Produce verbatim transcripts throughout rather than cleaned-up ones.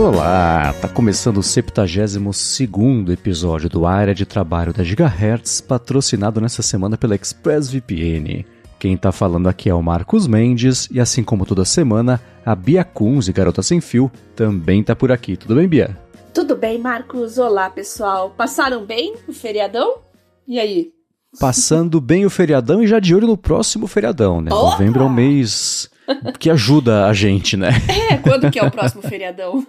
Olá, tá começando o septuagésimo segundo episódio do Área de Trabalho da Gigahertz, patrocinado nessa semana pela ExpressVPN. Quem tá falando aqui é o Marcos Mendes, e assim como toda semana, a Bia Kunze, Garota Sem Fio, também tá por aqui. Tudo bem, Bia? Tudo bem, Marcos. Olá, pessoal. Passaram bem o feriadão? E aí? Passando bem o feriadão e já de olho no próximo feriadão, né? Opa! Novembro é um mês que ajuda a gente, né? É, quando que é o próximo feriadão?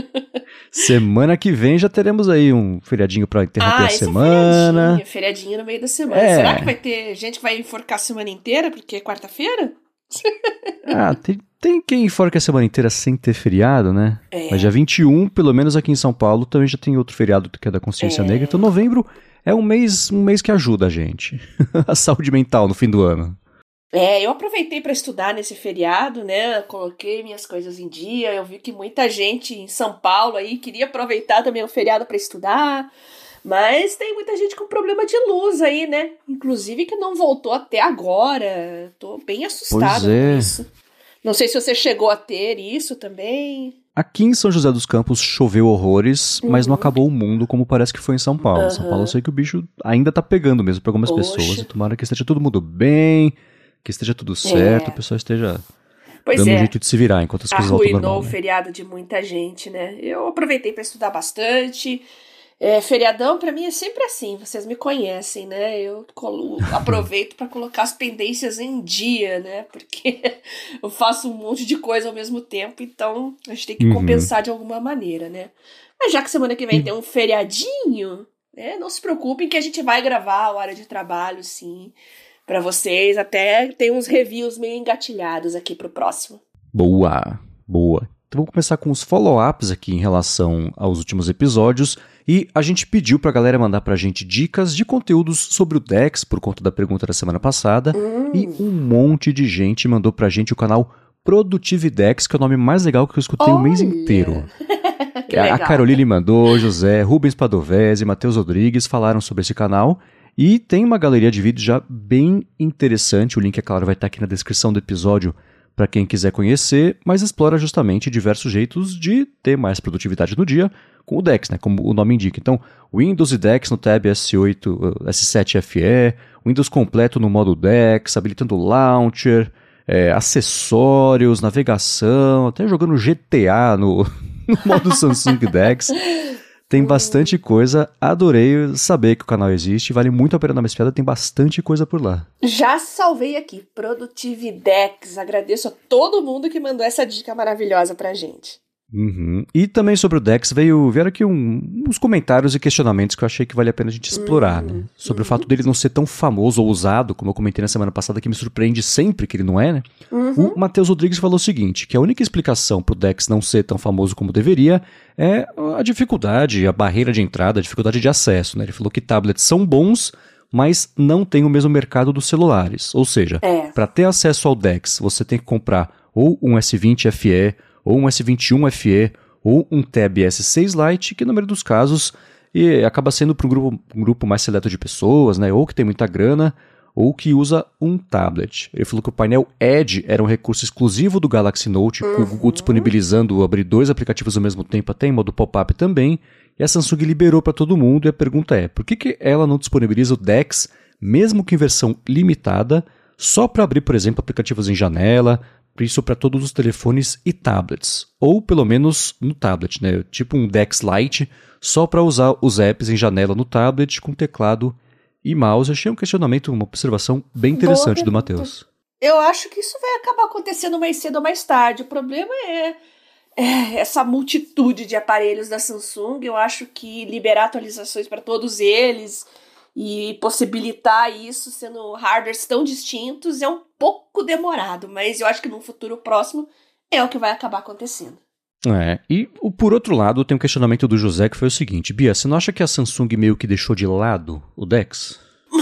Semana que vem já teremos aí um feriadinho pra interromper ah, a esse semana. É feriadinho, feriadinho no meio da semana. É. Será que vai ter gente que vai enforcar a semana inteira porque é quarta-feira? Ah, tem, tem quem enforca a semana inteira sem ter feriado, né? É. Mas dia vinte e um, pelo menos aqui em São Paulo, também já tem outro feriado que é da Consciência É. Negra. Então novembro é um mês, um mês que ajuda a gente. A saúde mental no fim do ano. É, eu aproveitei para estudar nesse feriado, né? Coloquei minhas coisas em dia. Eu vi que muita gente em São Paulo aí queria aproveitar também o feriado para estudar. Mas tem muita gente com problema de luz aí, né? Inclusive que não voltou até agora. Tô bem assustada Pois é. com isso. Não sei se você chegou a ter isso também. Aqui em São José dos Campos choveu horrores, Uhum. mas não acabou o mundo como parece que foi em São Paulo. Uhum. São Paulo eu sei que o bicho ainda tá pegando mesmo pra algumas Poxa. pessoas. E tomara que esteja todo mundo bem, que esteja tudo certo, É. o pessoal esteja Pois dando é. um jeito de se virar enquanto as coisas voltam ao Arruinou normal, o né? feriado de muita gente, né? Eu aproveitei para estudar bastante. É, feriadão pra mim é sempre assim, vocês me conhecem, né? Eu colo- aproveito para colocar as pendências em dia, né? Porque eu faço um monte de coisa ao mesmo tempo, então a gente tem que Uhum. compensar de alguma maneira, né? Mas já que semana que vem tem um feriadinho, né? Não se preocupem que a gente vai gravar a hora de trabalho, sim, para vocês. Até tem uns reviews meio engatilhados aqui pro próximo. Boa, boa. Então vamos começar com os follow-ups aqui em relação aos últimos episódios. E a gente pediu pra galera mandar pra gente dicas de conteúdos sobre o Dex, por conta da pergunta da semana passada. Hum. E um monte de gente mandou pra gente o canal Produtividex, que é o nome mais legal que eu escutei o mês Olha! inteiro. Que A legal. Caroline mandou, José, Rubens Padovese, Matheus Rodrigues falaram sobre esse canal. E tem uma galeria de vídeos já bem interessante. O link, é claro, vai estar aqui na descrição do episódio para quem quiser conhecer, mas explora justamente diversos jeitos de ter mais produtividade no dia com o Dex, né, como o nome indica. Então, Windows e Dex no Tab S oito, S sete F E, Windows completo no modo Dex, habilitando o Launcher, é, acessórios, navegação, até jogando G T A no, no modo Samsung Dex. Tem bastante coisa, adorei saber que o canal existe, vale muito a pena dar uma espiada, tem bastante coisa por lá. Já salvei aqui, Produtividex. Agradeço a todo mundo que mandou essa dica maravilhosa pra gente. Uhum. E também sobre o Dex veio, vieram aqui um, uns comentários e questionamentos que eu achei que vale a pena a gente explorar, Uhum. né? Sobre o fato dele não ser tão famoso ou usado, como eu comentei na semana passada, que me surpreende sempre que ele não é, né? Uhum. O Matheus Rodrigues falou o seguinte, que a única explicação pro Dex não ser tão famoso como deveria é a dificuldade, a barreira de entrada, a dificuldade de acesso, né? Ele falou que tablets são bons, mas não tem o mesmo mercado dos celulares. Ou seja, É. para ter acesso ao Dex, você tem que comprar ou um S vinte F E, ou um S vinte e um F E, ou um Tab S seis Lite, que na maioria dos casos e acaba sendo para um grupo, um grupo mais seleto de pessoas, né? Ou que tem muita grana, ou que usa um tablet. Ele falou que o painel Edge era um recurso exclusivo do Galaxy Note, com o Google disponibilizando abrir dois aplicativos ao mesmo tempo, até em modo pop-up também, e a Samsung liberou para todo mundo, e a pergunta é, por que, que ela não disponibiliza o Dex, mesmo que em versão limitada, só para abrir, por exemplo, aplicativos em janela, isso para todos os telefones e tablets, ou pelo menos no tablet, né? Tipo um Dex Lite, só para usar os apps em janela no tablet com teclado e mouse. Achei um questionamento, uma observação bem interessante do Matheus. Eu acho que isso vai acabar acontecendo mais cedo ou mais tarde. O problema é, é essa multitude de aparelhos da Samsung. Eu acho que liberar atualizações para todos eles e possibilitar isso sendo hardwares tão distintos é um pouco demorado, mas eu acho que no futuro próximo é o que vai acabar acontecendo. É, e o- por outro lado, tem um questionamento do José que foi o seguinte, Bia, você não acha que a Samsung meio que deixou de lado o Dex?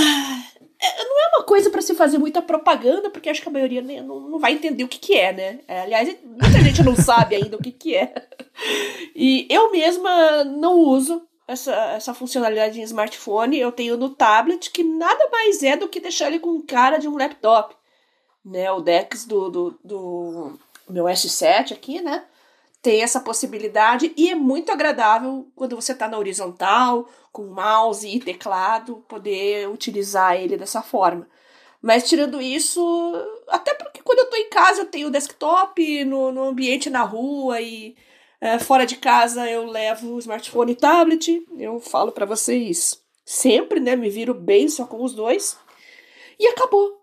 É, não é uma coisa para se fazer muita propaganda, porque acho que a maioria né, não, não vai entender o que, que é, né? É, aliás, muita gente não sabe ainda o que, que é. E eu mesma não uso essa, essa funcionalidade em smartphone, eu tenho no tablet, que nada mais é do que deixar ele com cara de um laptop. Né? O Dex do, do, do meu S sete aqui, né? tem essa possibilidade e é muito agradável quando você está na horizontal, com mouse e teclado, poder utilizar ele dessa forma. Mas tirando isso, até porque quando eu estou em casa eu tenho desktop, no, no ambiente na rua e é, fora de casa eu levo smartphone e tablet, eu falo para vocês sempre, né, me viro bem só com os dois e acabou.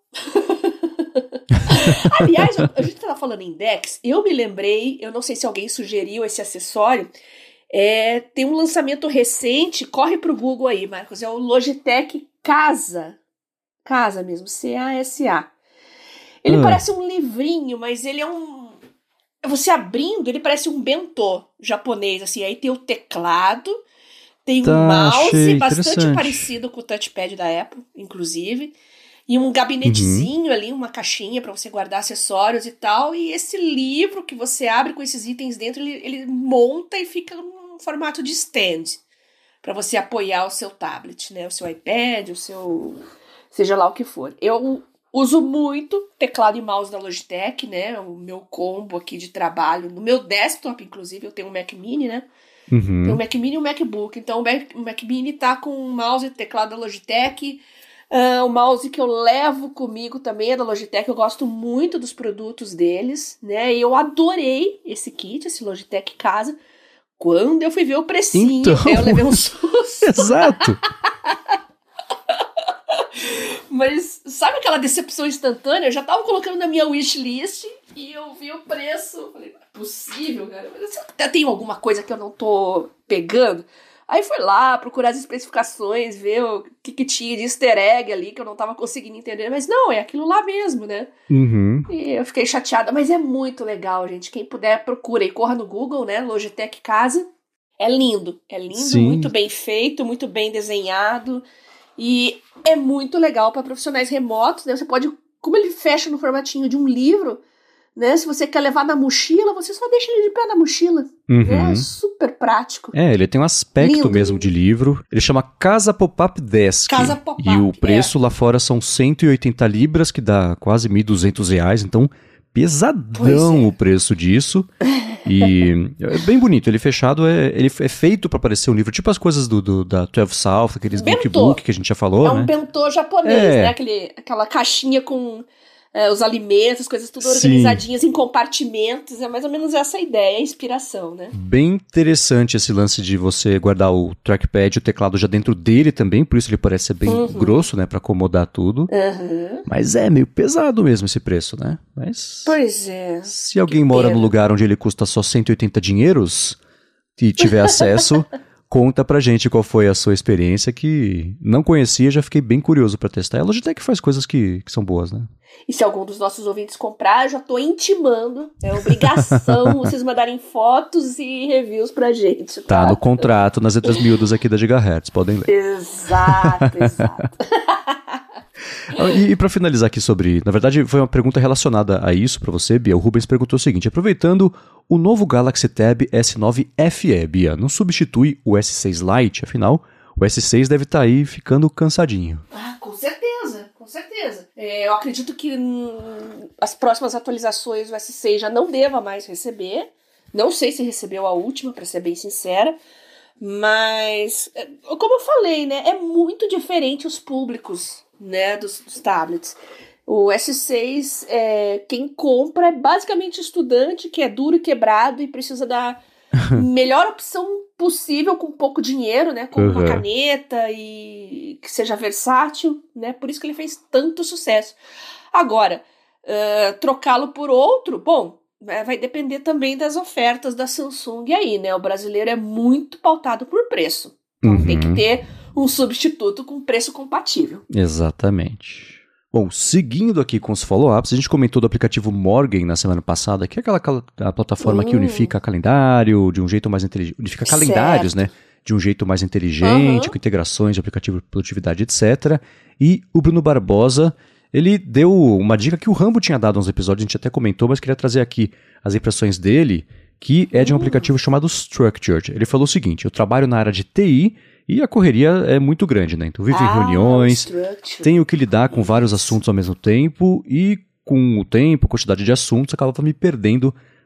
Aliás, a gente estava falando em Dex, eu me lembrei, eu não sei se alguém sugeriu esse acessório, é, tem um lançamento recente, corre pro Google aí, Marcos, é o Logitech Casa, Casa mesmo, C A S A. Ele hum. parece um livrinho, mas ele é um... Você abrindo, ele parece um bentô japonês, assim, aí tem o teclado, tem tá, um mouse bastante parecido com o touchpad da Apple, inclusive, e um gabinetezinho uhum. ali, uma caixinha para você guardar acessórios e tal. E esse livro que você abre com esses itens dentro, ele, ele monta e fica num formato de stand para você apoiar o seu tablet, né? O seu iPad, o seu... seja lá o que for. Eu uso muito teclado e mouse da Logitech, né? O meu combo aqui de trabalho. No meu desktop, inclusive, eu tenho um Mac Mini, né? Uhum. Tenho um Mac Mini e um MacBook. Então o Mac, o Mac Mini tá com o mouse e teclado da Logitech. Uh, o mouse que eu levo comigo também é da Logitech, eu gosto muito dos produtos deles, né, e eu adorei esse kit, esse Logitech Casa, quando eu fui ver o precinho, então... eu levei um susto. Exato. Mas sabe aquela decepção instantânea? Eu já tava colocando na minha wishlist e eu vi o preço, falei, não é possível, cara, mas tem alguma coisa que eu não tô pegando? Aí fui lá procurar as especificações, ver o que, que tinha de easter egg ali, que eu não tava conseguindo entender. Mas não, é aquilo lá mesmo, né? Uhum. E eu fiquei chateada. Mas é muito legal, gente. Quem puder, procura e corra no Google, né? Logitech Casa. É lindo. É lindo, Sim. muito bem feito, muito bem desenhado. E é muito legal para profissionais remotos, né? Você pode... Como ele fecha no formatinho de um livro... Né? Se você quer levar na mochila, você só deixa ele de pé na mochila. Uhum. Né? É super prático. É, ele tem um aspecto lindo, mesmo lindo. de livro. Ele chama Casa Pop-Up Desk. Casa Pop-Up, E o preço é. lá fora são cento e oitenta libras, que dá quase mil e duzentos reais. Então, pesadão é. o preço disso. E é bem bonito. Ele fechado, é, ele é feito para parecer um livro. Tipo as coisas do, do, da doze South, aqueles bookbook que a gente já falou, É um né? bentô japonês, é. né? Aquele, aquela caixinha com... É, os alimentos, as coisas tudo organizadinhas Sim. em compartimentos, é mais ou menos essa a ideia, a inspiração, né? Bem interessante esse lance de você guardar o trackpad e o teclado já dentro dele também, por isso ele parece ser bem uhum. grosso, né, pra acomodar tudo. Uhum. Mas é meio pesado mesmo esse preço, né? Mas pois é. Se alguém mora no lugar onde ele custa só cento e oitenta dinheiros e tiver acesso... Conta pra gente qual foi a sua experiência, que não conhecia, já fiquei bem curioso pra testar. A Logitech faz coisas que, que são boas, né? E se algum dos nossos ouvintes comprar, eu já tô intimando, é obrigação vocês mandarem fotos e reviews pra gente. Tá, tá no contrato, nas letras miúdas aqui da Gigahertz, podem ler. Exato, exato. E, e para finalizar aqui sobre... Na verdade, foi uma pergunta relacionada a isso para você, Bia. O Rubens perguntou o seguinte: aproveitando o novo Galaxy Tab S nove F E, Bia, não substitui o S seis Lite? Afinal, o S seis deve estar tá aí ficando cansadinho. Ah, com certeza, com certeza. É, eu acredito que hum, as próximas atualizações do S seis já não deva mais receber. Não sei se recebeu a última, para ser bem sincera. Mas, como eu falei, né, é muito diferente os públicos, né, dos, dos tablets. O S seis, é, quem compra é basicamente estudante que é duro e quebrado e precisa da melhor opção possível com pouco dinheiro, né, com uhum. uma caneta e que seja versátil, né, por isso que ele fez tanto sucesso. Agora, uh, trocá-lo por outro, bom, vai depender também das ofertas da Samsung aí, né? O brasileiro é muito pautado por preço. Então uhum. tem que ter um substituto com preço compatível. Exatamente. Bom, seguindo aqui com os follow-ups, a gente comentou do aplicativo Morgan na semana passada, que é aquela a plataforma hum. que unifica calendário de um jeito mais inteligente. Unifica calendários, certo. né? De um jeito mais inteligente, uhum. com integrações de aplicativo de produtividade, etcétera. E o Bruno Barbosa... Ele deu uma dica que o Rambo tinha dado uns episódios, a gente até comentou, mas queria trazer aqui as impressões dele, que é de um aplicativo chamado Structured. Ele falou o seguinte: eu trabalho na área de T I e a correria é muito grande, né? Então vivo ah, em reuniões, tenho que lidar com vários assuntos ao mesmo tempo e com o tempo, quantidade de assuntos, acaba me perdendo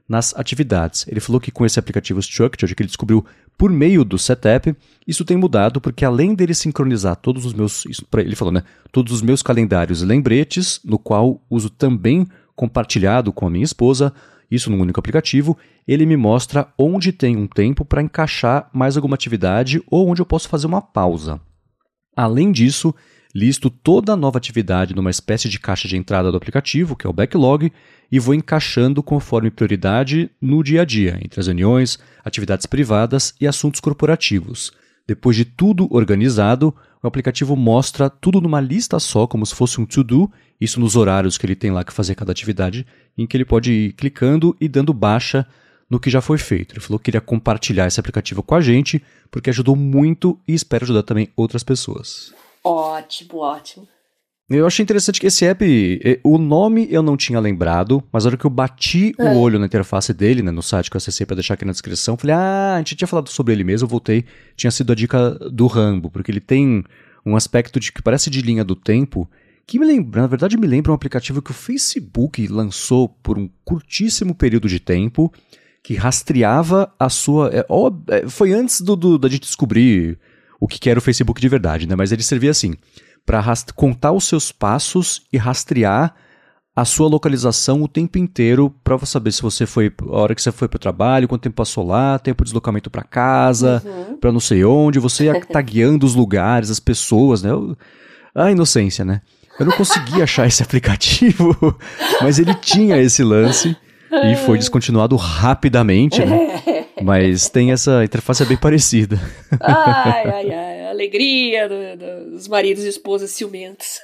nas atividades. Ele falou que com esse aplicativo Structured, que ele descobriu por meio do setup, isso tem mudado porque além dele sincronizar todos os meus, isso, ele falou, né, todos os meus calendários e lembretes, no qual uso também compartilhado com a minha esposa, isso num único aplicativo, ele me mostra onde tem um tempo para encaixar mais alguma atividade ou onde eu posso fazer uma pausa. Além disso, listo toda a nova atividade numa espécie de caixa de entrada do aplicativo, que é o backlog, e vou encaixando conforme prioridade no dia a dia, entre as reuniões, atividades privadas e assuntos corporativos. Depois de tudo organizado, o aplicativo mostra tudo numa lista só, como se fosse um to-do, isso nos horários que ele tem lá que fazer cada atividade, em que ele pode ir clicando e dando baixa no que já foi feito. Ele falou que queria compartilhar esse aplicativo com a gente, porque ajudou muito e espero ajudar também outras pessoas. Ótimo, ótimo. Eu achei interessante que esse app, o nome eu não tinha lembrado, mas na hora que eu bati é. o olho na interface dele, né, no site que eu acessei para deixar aqui na descrição, falei, ah, a gente tinha falado sobre ele mesmo, eu voltei, tinha sido a dica do Rambo, porque ele tem um aspecto de que parece de linha do tempo, que me lembra, na verdade me lembra um aplicativo que o Facebook lançou por um curtíssimo período de tempo, que rastreava a sua... É, ó, é, foi antes do, do, da gente descobrir o que, que era o Facebook de verdade, né, mas ele servia assim... para contar os seus passos e rastrear a sua localização o tempo inteiro para você saber se você foi, a hora que você foi para o trabalho, quanto tempo passou lá, tempo de deslocamento para casa, uhum. para não sei onde, você ia tagueando os lugares, as pessoas, né? Eu, a inocência, né? Eu não consegui achar esse aplicativo, mas ele tinha esse lance e foi descontinuado rapidamente, né? Mas tem essa interface bem parecida. Ai, ai, ai. Alegria do, do, dos maridos e esposas ciumentos.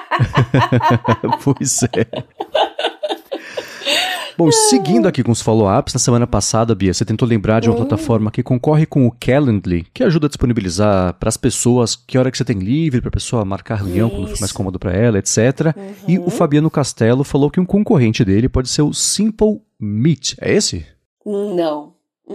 Pois é. Bom, seguindo aqui com os follow-ups, na semana passada, Bia, você tentou lembrar de uma uhum. plataforma que concorre com o Calendly, que ajuda a disponibilizar para as pessoas que hora que você tem livre, para a pessoa marcar reunião Isso. quando for mais cômodo para ela, etcétera. Uhum. E o Fabiano Castelo falou que um concorrente dele pode ser o Simple Meet. É esse? Não.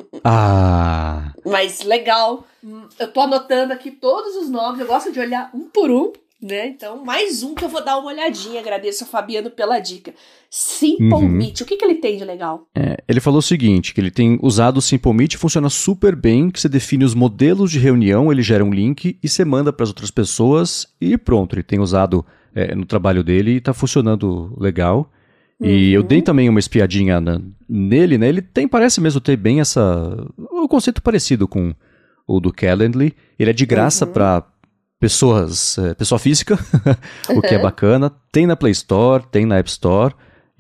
Ah! Mas legal. Eu tô anotando aqui todos os nomes, eu gosto de olhar um por um, né? Então, mais um que eu vou dar uma olhadinha. Agradeço ao Fabiano pela dica. Simple uhum. Meet, o que, que ele tem de legal? É, ele falou o seguinte, que ele tem usado o Simple Meet, funciona super bem, que você define os modelos de reunião, ele gera um link e você manda para as outras pessoas e pronto. Ele tem usado é, no trabalho dele e está funcionando legal. E uhum. eu dei também uma espiadinha na, nele, né? Ele tem, parece mesmo ter bem essa... um conceito parecido com o do Calendly. Ele é de graça uhum. para pessoas, é, pessoa física, o que é bacana. Tem na Play Store, tem na App Store.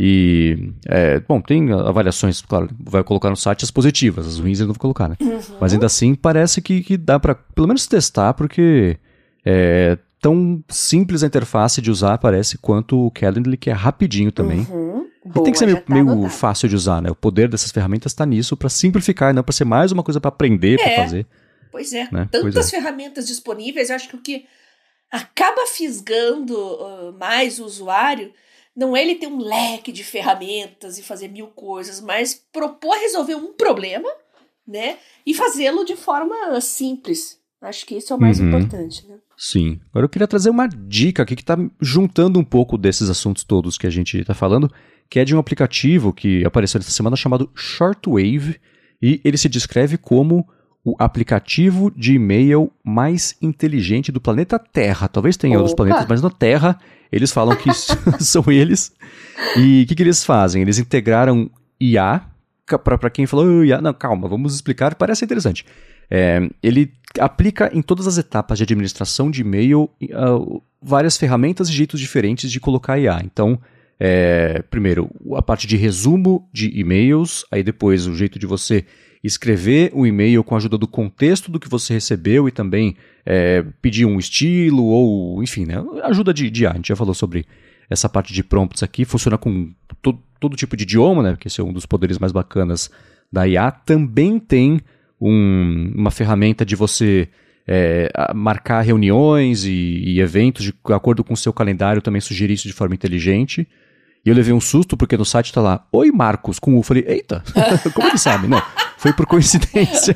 E, é, bom, tem avaliações, claro, vai colocar no site as positivas, as ruins ele não vai colocar, né? Uhum. Mas ainda assim, parece que, que dá para pelo menos testar, porque é tão simples a interface de usar, parece, quanto o Calendly, que é rapidinho também. Uhum. Boa, e tem que ser meio, tá meio fácil de usar, né? O poder dessas ferramentas está nisso, para simplificar, não para ser mais uma coisa para aprender, é, para fazer. Pois é, né? tantas pois é. ferramentas disponíveis, eu acho que o que acaba fisgando uh, mais o usuário não é ele ter um leque de ferramentas e fazer mil coisas, mas propor resolver um problema, né? E fazê-lo de forma simples. Acho que isso é o mais uhum. importante, né? Sim. Agora eu queria trazer uma dica aqui que está juntando um pouco desses assuntos todos que a gente está falando, que é de um aplicativo que apareceu essa semana chamado Shortwave, e ele se descreve como o aplicativo de e-mail mais inteligente do planeta Terra. Talvez tenha Opa. outros planetas, mas na Terra eles falam que são eles. E o que, que eles fazem? Eles integraram I A, para quem falou, oh, I A, não, calma, vamos explicar, parece interessante. É, ele aplica em todas as etapas de administração de e-mail uh, várias ferramentas e jeitos diferentes de colocar I A. Então, é, primeiro, a parte de resumo de e-mails, aí depois o jeito de você escrever o e-mail com a ajuda do contexto do que você recebeu e também é, pedir um estilo ou, enfim, né, ajuda de, de I A. A gente já falou sobre essa parte de prompts aqui, funciona com to, todo tipo de idioma, né, porque esse é um dos poderes mais bacanas da I A. Também tem Um, uma ferramenta de você é, marcar reuniões e, e eventos de acordo com o seu calendário, também sugerir isso de forma inteligente. E eu levei um susto porque no site está lá, oi Marcos, com U. Eu falei, eita, como ele sabe? Não, foi por coincidência.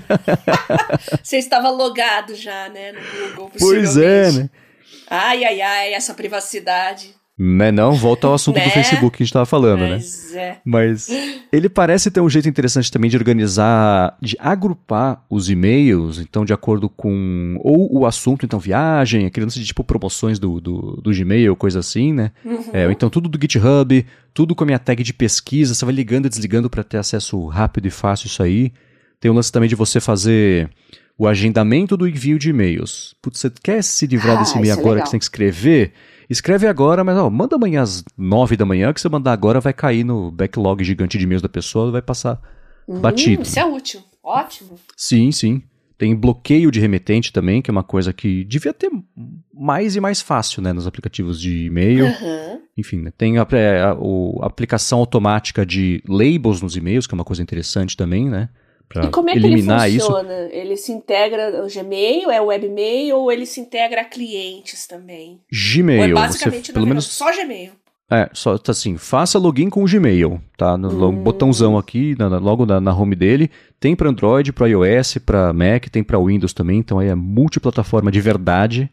Você estava logado já, né, no Google, pois é, né? Ai, ai, ai, essa privacidade. Né, não, volta ao assunto né? do Facebook que a gente estava falando, Mas, né? É. Mas ele parece ter um jeito interessante também de organizar, de agrupar os e-mails, então de acordo com ou o assunto, então viagem, aquele lance de tipo promoções do, do, do Gmail, coisa assim, né? Uhum. É, ou então tudo do GitHub, tudo com a minha tag de pesquisa, você vai ligando e desligando para ter acesso rápido e fácil isso aí. Tem o lance também de você fazer o agendamento do envio de e-mails. Putz, você quer se livrar Ah, desse e-mail isso é agora legal. que você tem que escrever? Escreve agora, mas ó, manda amanhã às nove da manhã, que você mandar agora vai cair no backlog gigante de e-mails da pessoa, vai passar Hum, batido. Isso é útil. Ótimo. Sim, sim. Tem bloqueio de remetente também, que é uma coisa que devia ter mais e mais fácil, né, nos aplicativos de e-mail. Uhum. Enfim, né, tem a, a, a aplicação automática de labels nos e-mails, que é uma coisa interessante também, né? Pra E como é que eliminar ele isso. funciona? Ele se integra ao Gmail, é webmail, ou ele se integra a clientes também? Gmail, Ou é basicamente, você, na pelo verdade, menos, só Gmail? é, só tá assim, faça login com o Gmail, tá? No Hum. botãozão aqui, na, na, logo na, na home dele. Tem para Android, para iOS, para Mac, tem para Windows também, então aí é multiplataforma de verdade.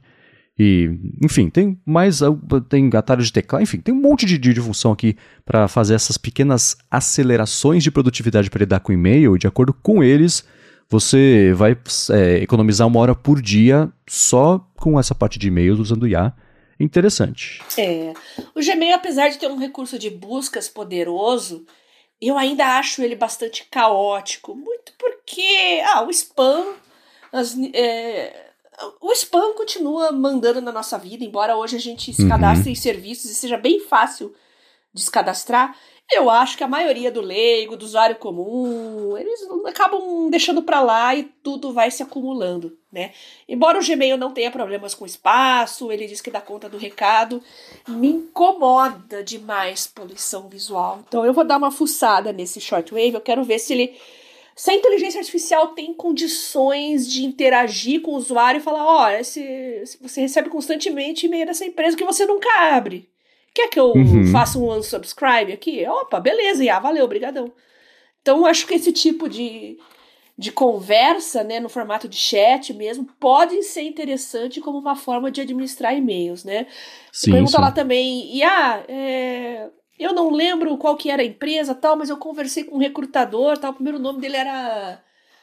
E, enfim, tem mais, tem atalho de teclado, enfim, tem um monte de, de, de função aqui para fazer essas pequenas acelerações de produtividade para lidar com e-mail, e de acordo com eles, você vai é, economizar uma hora por dia só com essa parte de e-mails usando I A. Interessante. É. O Gmail, apesar de ter um recurso de buscas poderoso, eu ainda acho ele bastante caótico. Muito porque, ah, o spam... As, é, o spam continua mandando na nossa vida, embora hoje a gente se cadastre Uhum. em serviços e seja bem fácil de se cadastrar. Eu acho que a maioria do leigo, do usuário comum, eles acabam deixando pra lá e tudo vai se acumulando, né? Embora o Gmail não tenha problemas com espaço, ele diz que dá conta do recado, me incomoda demais poluição visual. Então eu vou dar uma fuçada nesse shortwave, eu quero ver se ele... Se a inteligência artificial tem condições de interagir com o usuário e falar, ó, oh, se, se você recebe constantemente e-mail dessa empresa que você nunca abre. Quer que eu Uhum. faça um unsubscribe aqui? Opa, beleza, Iá, valeu, brigadão. Então, acho que esse tipo de, de conversa, né, no formato de chat mesmo, pode ser interessante como uma forma de administrar e-mails, né? Sim, Pergunta sim. lá também, Iá, é, eu não lembro qual que era a empresa, tal, mas eu conversei com um recrutador, tal, o primeiro nome dele era...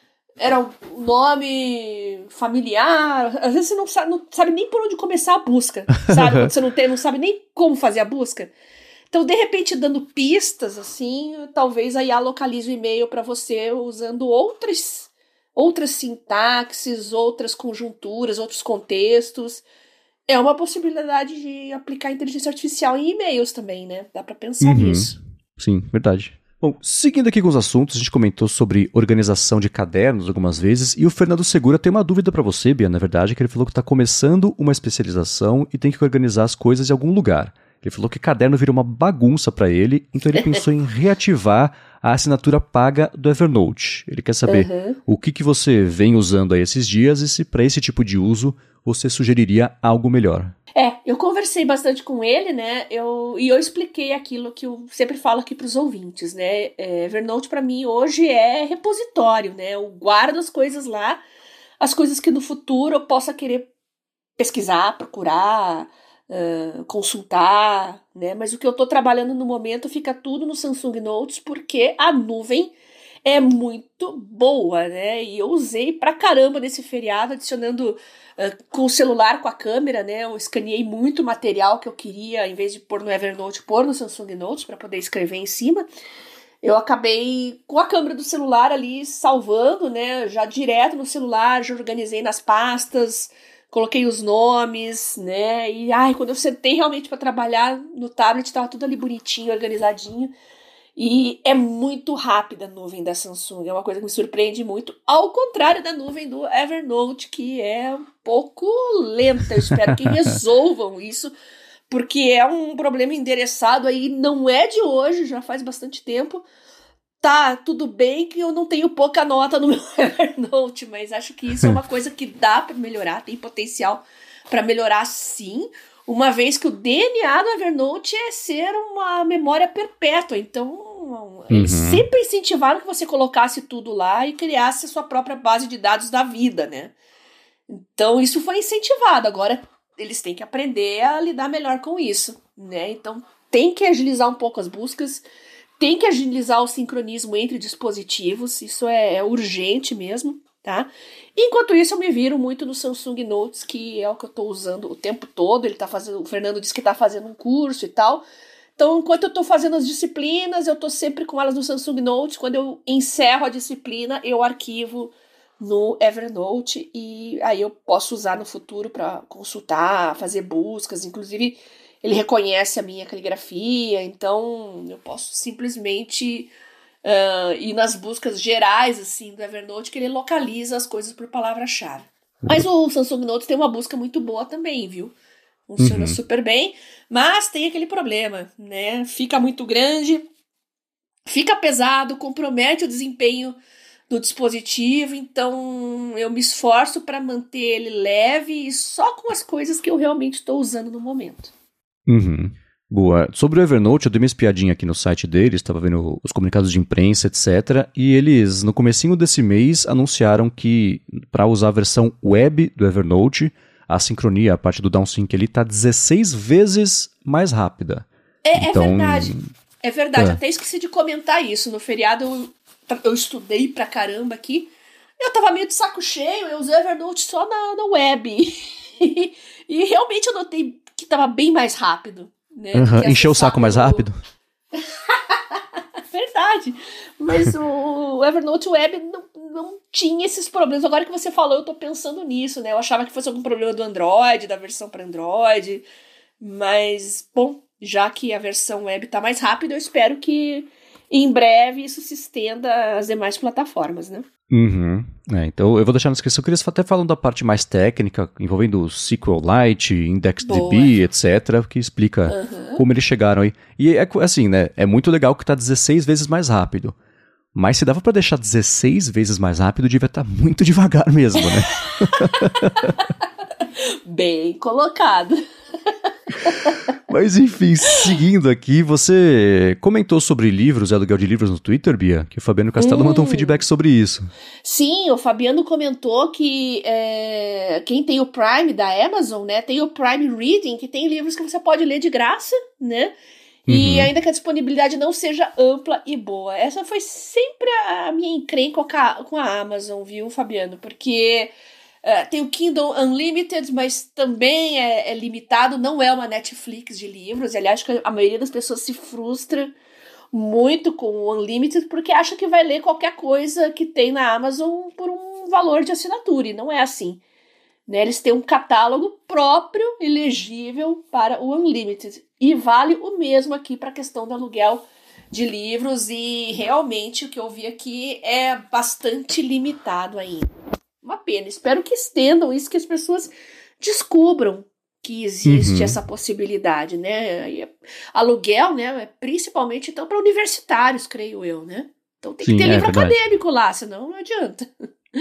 Era um nome familiar. Às vezes você não sabe, não sabe nem por onde começar a busca, sabe? Quando você não, tem, não sabe nem como fazer a busca. Então, de repente, dando pistas, assim, talvez a I A localize o e-mail para você usando outras, outras sintaxes, outras conjunturas, outros contextos. É uma possibilidade de aplicar inteligência artificial em e-mails também, né? Dá para pensar Uhum. nisso. Sim, verdade. Bom, seguindo aqui com os assuntos, a gente comentou sobre organização de cadernos algumas vezes, e o Fernando Segura tem uma dúvida para você, Bia, na verdade, que ele falou que está começando uma especialização e tem que organizar as coisas em algum lugar. Ele falou que caderno vira uma bagunça para ele, então ele pensou em reativar a assinatura paga do Evernote. Ele quer saber Uhum. o que, que você vem usando aí esses dias e se para esse tipo de uso você sugeriria algo melhor. É, eu conversei bastante com ele, né, eu, e eu expliquei aquilo que eu sempre falo aqui para os ouvintes, né, é, Evernote para mim hoje é repositório, né, eu guardo as coisas lá, as coisas que no futuro eu possa querer pesquisar, procurar, uh, consultar, né, mas o que eu estou trabalhando no momento fica tudo no Samsung Notes, porque a nuvem é muito boa, né, e eu usei pra caramba nesse feriado, adicionando uh, com o celular, com a câmera, né, eu escaneei muito material que eu queria, em vez de pôr no Evernote, pôr no Samsung Notes, para poder escrever em cima. Eu acabei com a câmera do celular ali salvando, né, já direto no celular, já organizei nas pastas, coloquei os nomes, né, e ai, quando eu sentei realmente para trabalhar no tablet, tava tudo ali bonitinho, organizadinho. E é muito rápida a nuvem da Samsung, é uma coisa que me surpreende muito, ao contrário da nuvem do Evernote, que é um pouco lenta. Eu espero que resolvam isso, porque é um problema endereçado aí, não é de hoje, já faz bastante tempo. Tá, tudo bem que eu não tenho pouca nota no meu Evernote, mas acho que isso é uma coisa que dá para melhorar, tem potencial para melhorar sim, uma vez que o D N A do Evernote é ser uma memória perpétua, então eles Uhum. sempre incentivaram que você colocasse tudo lá e criasse a sua própria base de dados da vida, né? Então isso foi incentivado, agora eles têm que aprender a lidar melhor com isso, né? Então, tem que agilizar um pouco as buscas, tem que agilizar o sincronismo entre dispositivos, isso é, é urgente mesmo, tá? Enquanto isso, eu me viro muito no Samsung Notes, que é o que eu tô usando o tempo todo. Ele tá fazendo, o Fernando disse que tá fazendo um curso e tal. Então, enquanto eu tô fazendo as disciplinas, eu tô sempre com elas no Samsung Notes. Quando eu encerro a disciplina, eu arquivo no Evernote e aí eu posso usar no futuro para consultar, fazer buscas. Inclusive, ele reconhece a minha caligrafia, então eu posso simplesmente uh, ir nas buscas gerais assim do Evernote, que ele localiza as coisas por palavra-chave. Mas o Samsung Notes tem uma busca muito boa também, viu? Funciona uhum. super bem, mas tem aquele problema, né? Fica muito grande, fica pesado, compromete o desempenho do dispositivo, então eu me esforço para manter ele leve e só com as coisas que eu realmente estou usando no momento. Uhum. Boa. Sobre o Evernote, eu dei uma espiadinha aqui no site deles, estava vendo os comunicados de imprensa, etcétera. E eles, no comecinho desse mês, anunciaram que para usar a versão web do Evernote, a sincronia, a parte do downsync ali, está dezesseis vezes mais rápida. É, então... é verdade. É verdade. É. Até esqueci de comentar isso. No feriado eu, eu estudei pra caramba aqui. Eu tava meio de saco cheio, eu usei o Evernote só na, na web. e, e realmente eu notei que tava bem mais rápido. Né, uhum. Encheu o saco mais rápido? Verdade. Mas o Evernote Web não, não tinha esses problemas. Agora que você falou, eu tô pensando nisso, né? Eu achava que fosse algum problema do Android, da versão para Android. Mas, bom, já que a versão web tá mais rápida, eu espero que em breve isso se estenda às demais plataformas, né? Uhum. É, então eu vou deixar na descrição que eles até falam da parte mais técnica, envolvendo SQLite, IndexedDB, etcétera, que explica uhum. como eles chegaram aí. E é assim, né? É muito legal que tá dezesseis vezes mais rápido. Mas se dava pra deixar dezesseis vezes mais rápido, devia estar muito devagar mesmo, né? Bem colocado. Mas enfim, seguindo aqui, você comentou sobre livros, aluguel de livros no Twitter, Bia? Que o Fabiano Castelo hum. mandou um feedback sobre isso. Sim, o Fabiano comentou que é, quem tem o Prime da Amazon, né, tem o Prime Reading, que tem livros que você pode ler de graça, né? E uhum. ainda que a disponibilidade não seja ampla e boa. Essa foi sempre a minha encrenca com a Amazon, viu, Fabiano? Porque... Uh, tem o Kindle Unlimited, mas também é, é limitado, não é uma Netflix de livros. Aliás, acho que a maioria das pessoas se frustra muito com o Unlimited porque acha que vai ler qualquer coisa que tem na Amazon por um valor de assinatura, e não é assim. Né? Eles têm um catálogo próprio, elegível para o Unlimited, e vale o mesmo aqui para a questão do aluguel de livros, e realmente o que eu vi aqui é bastante limitado ainda. Uma pena, espero que estendam isso, que as pessoas descubram que existe uhum. essa possibilidade, né? E aluguel, né? Principalmente então para universitários, creio eu, né? Então tem Sim, que ter é, livro verdade. acadêmico lá, senão não adianta.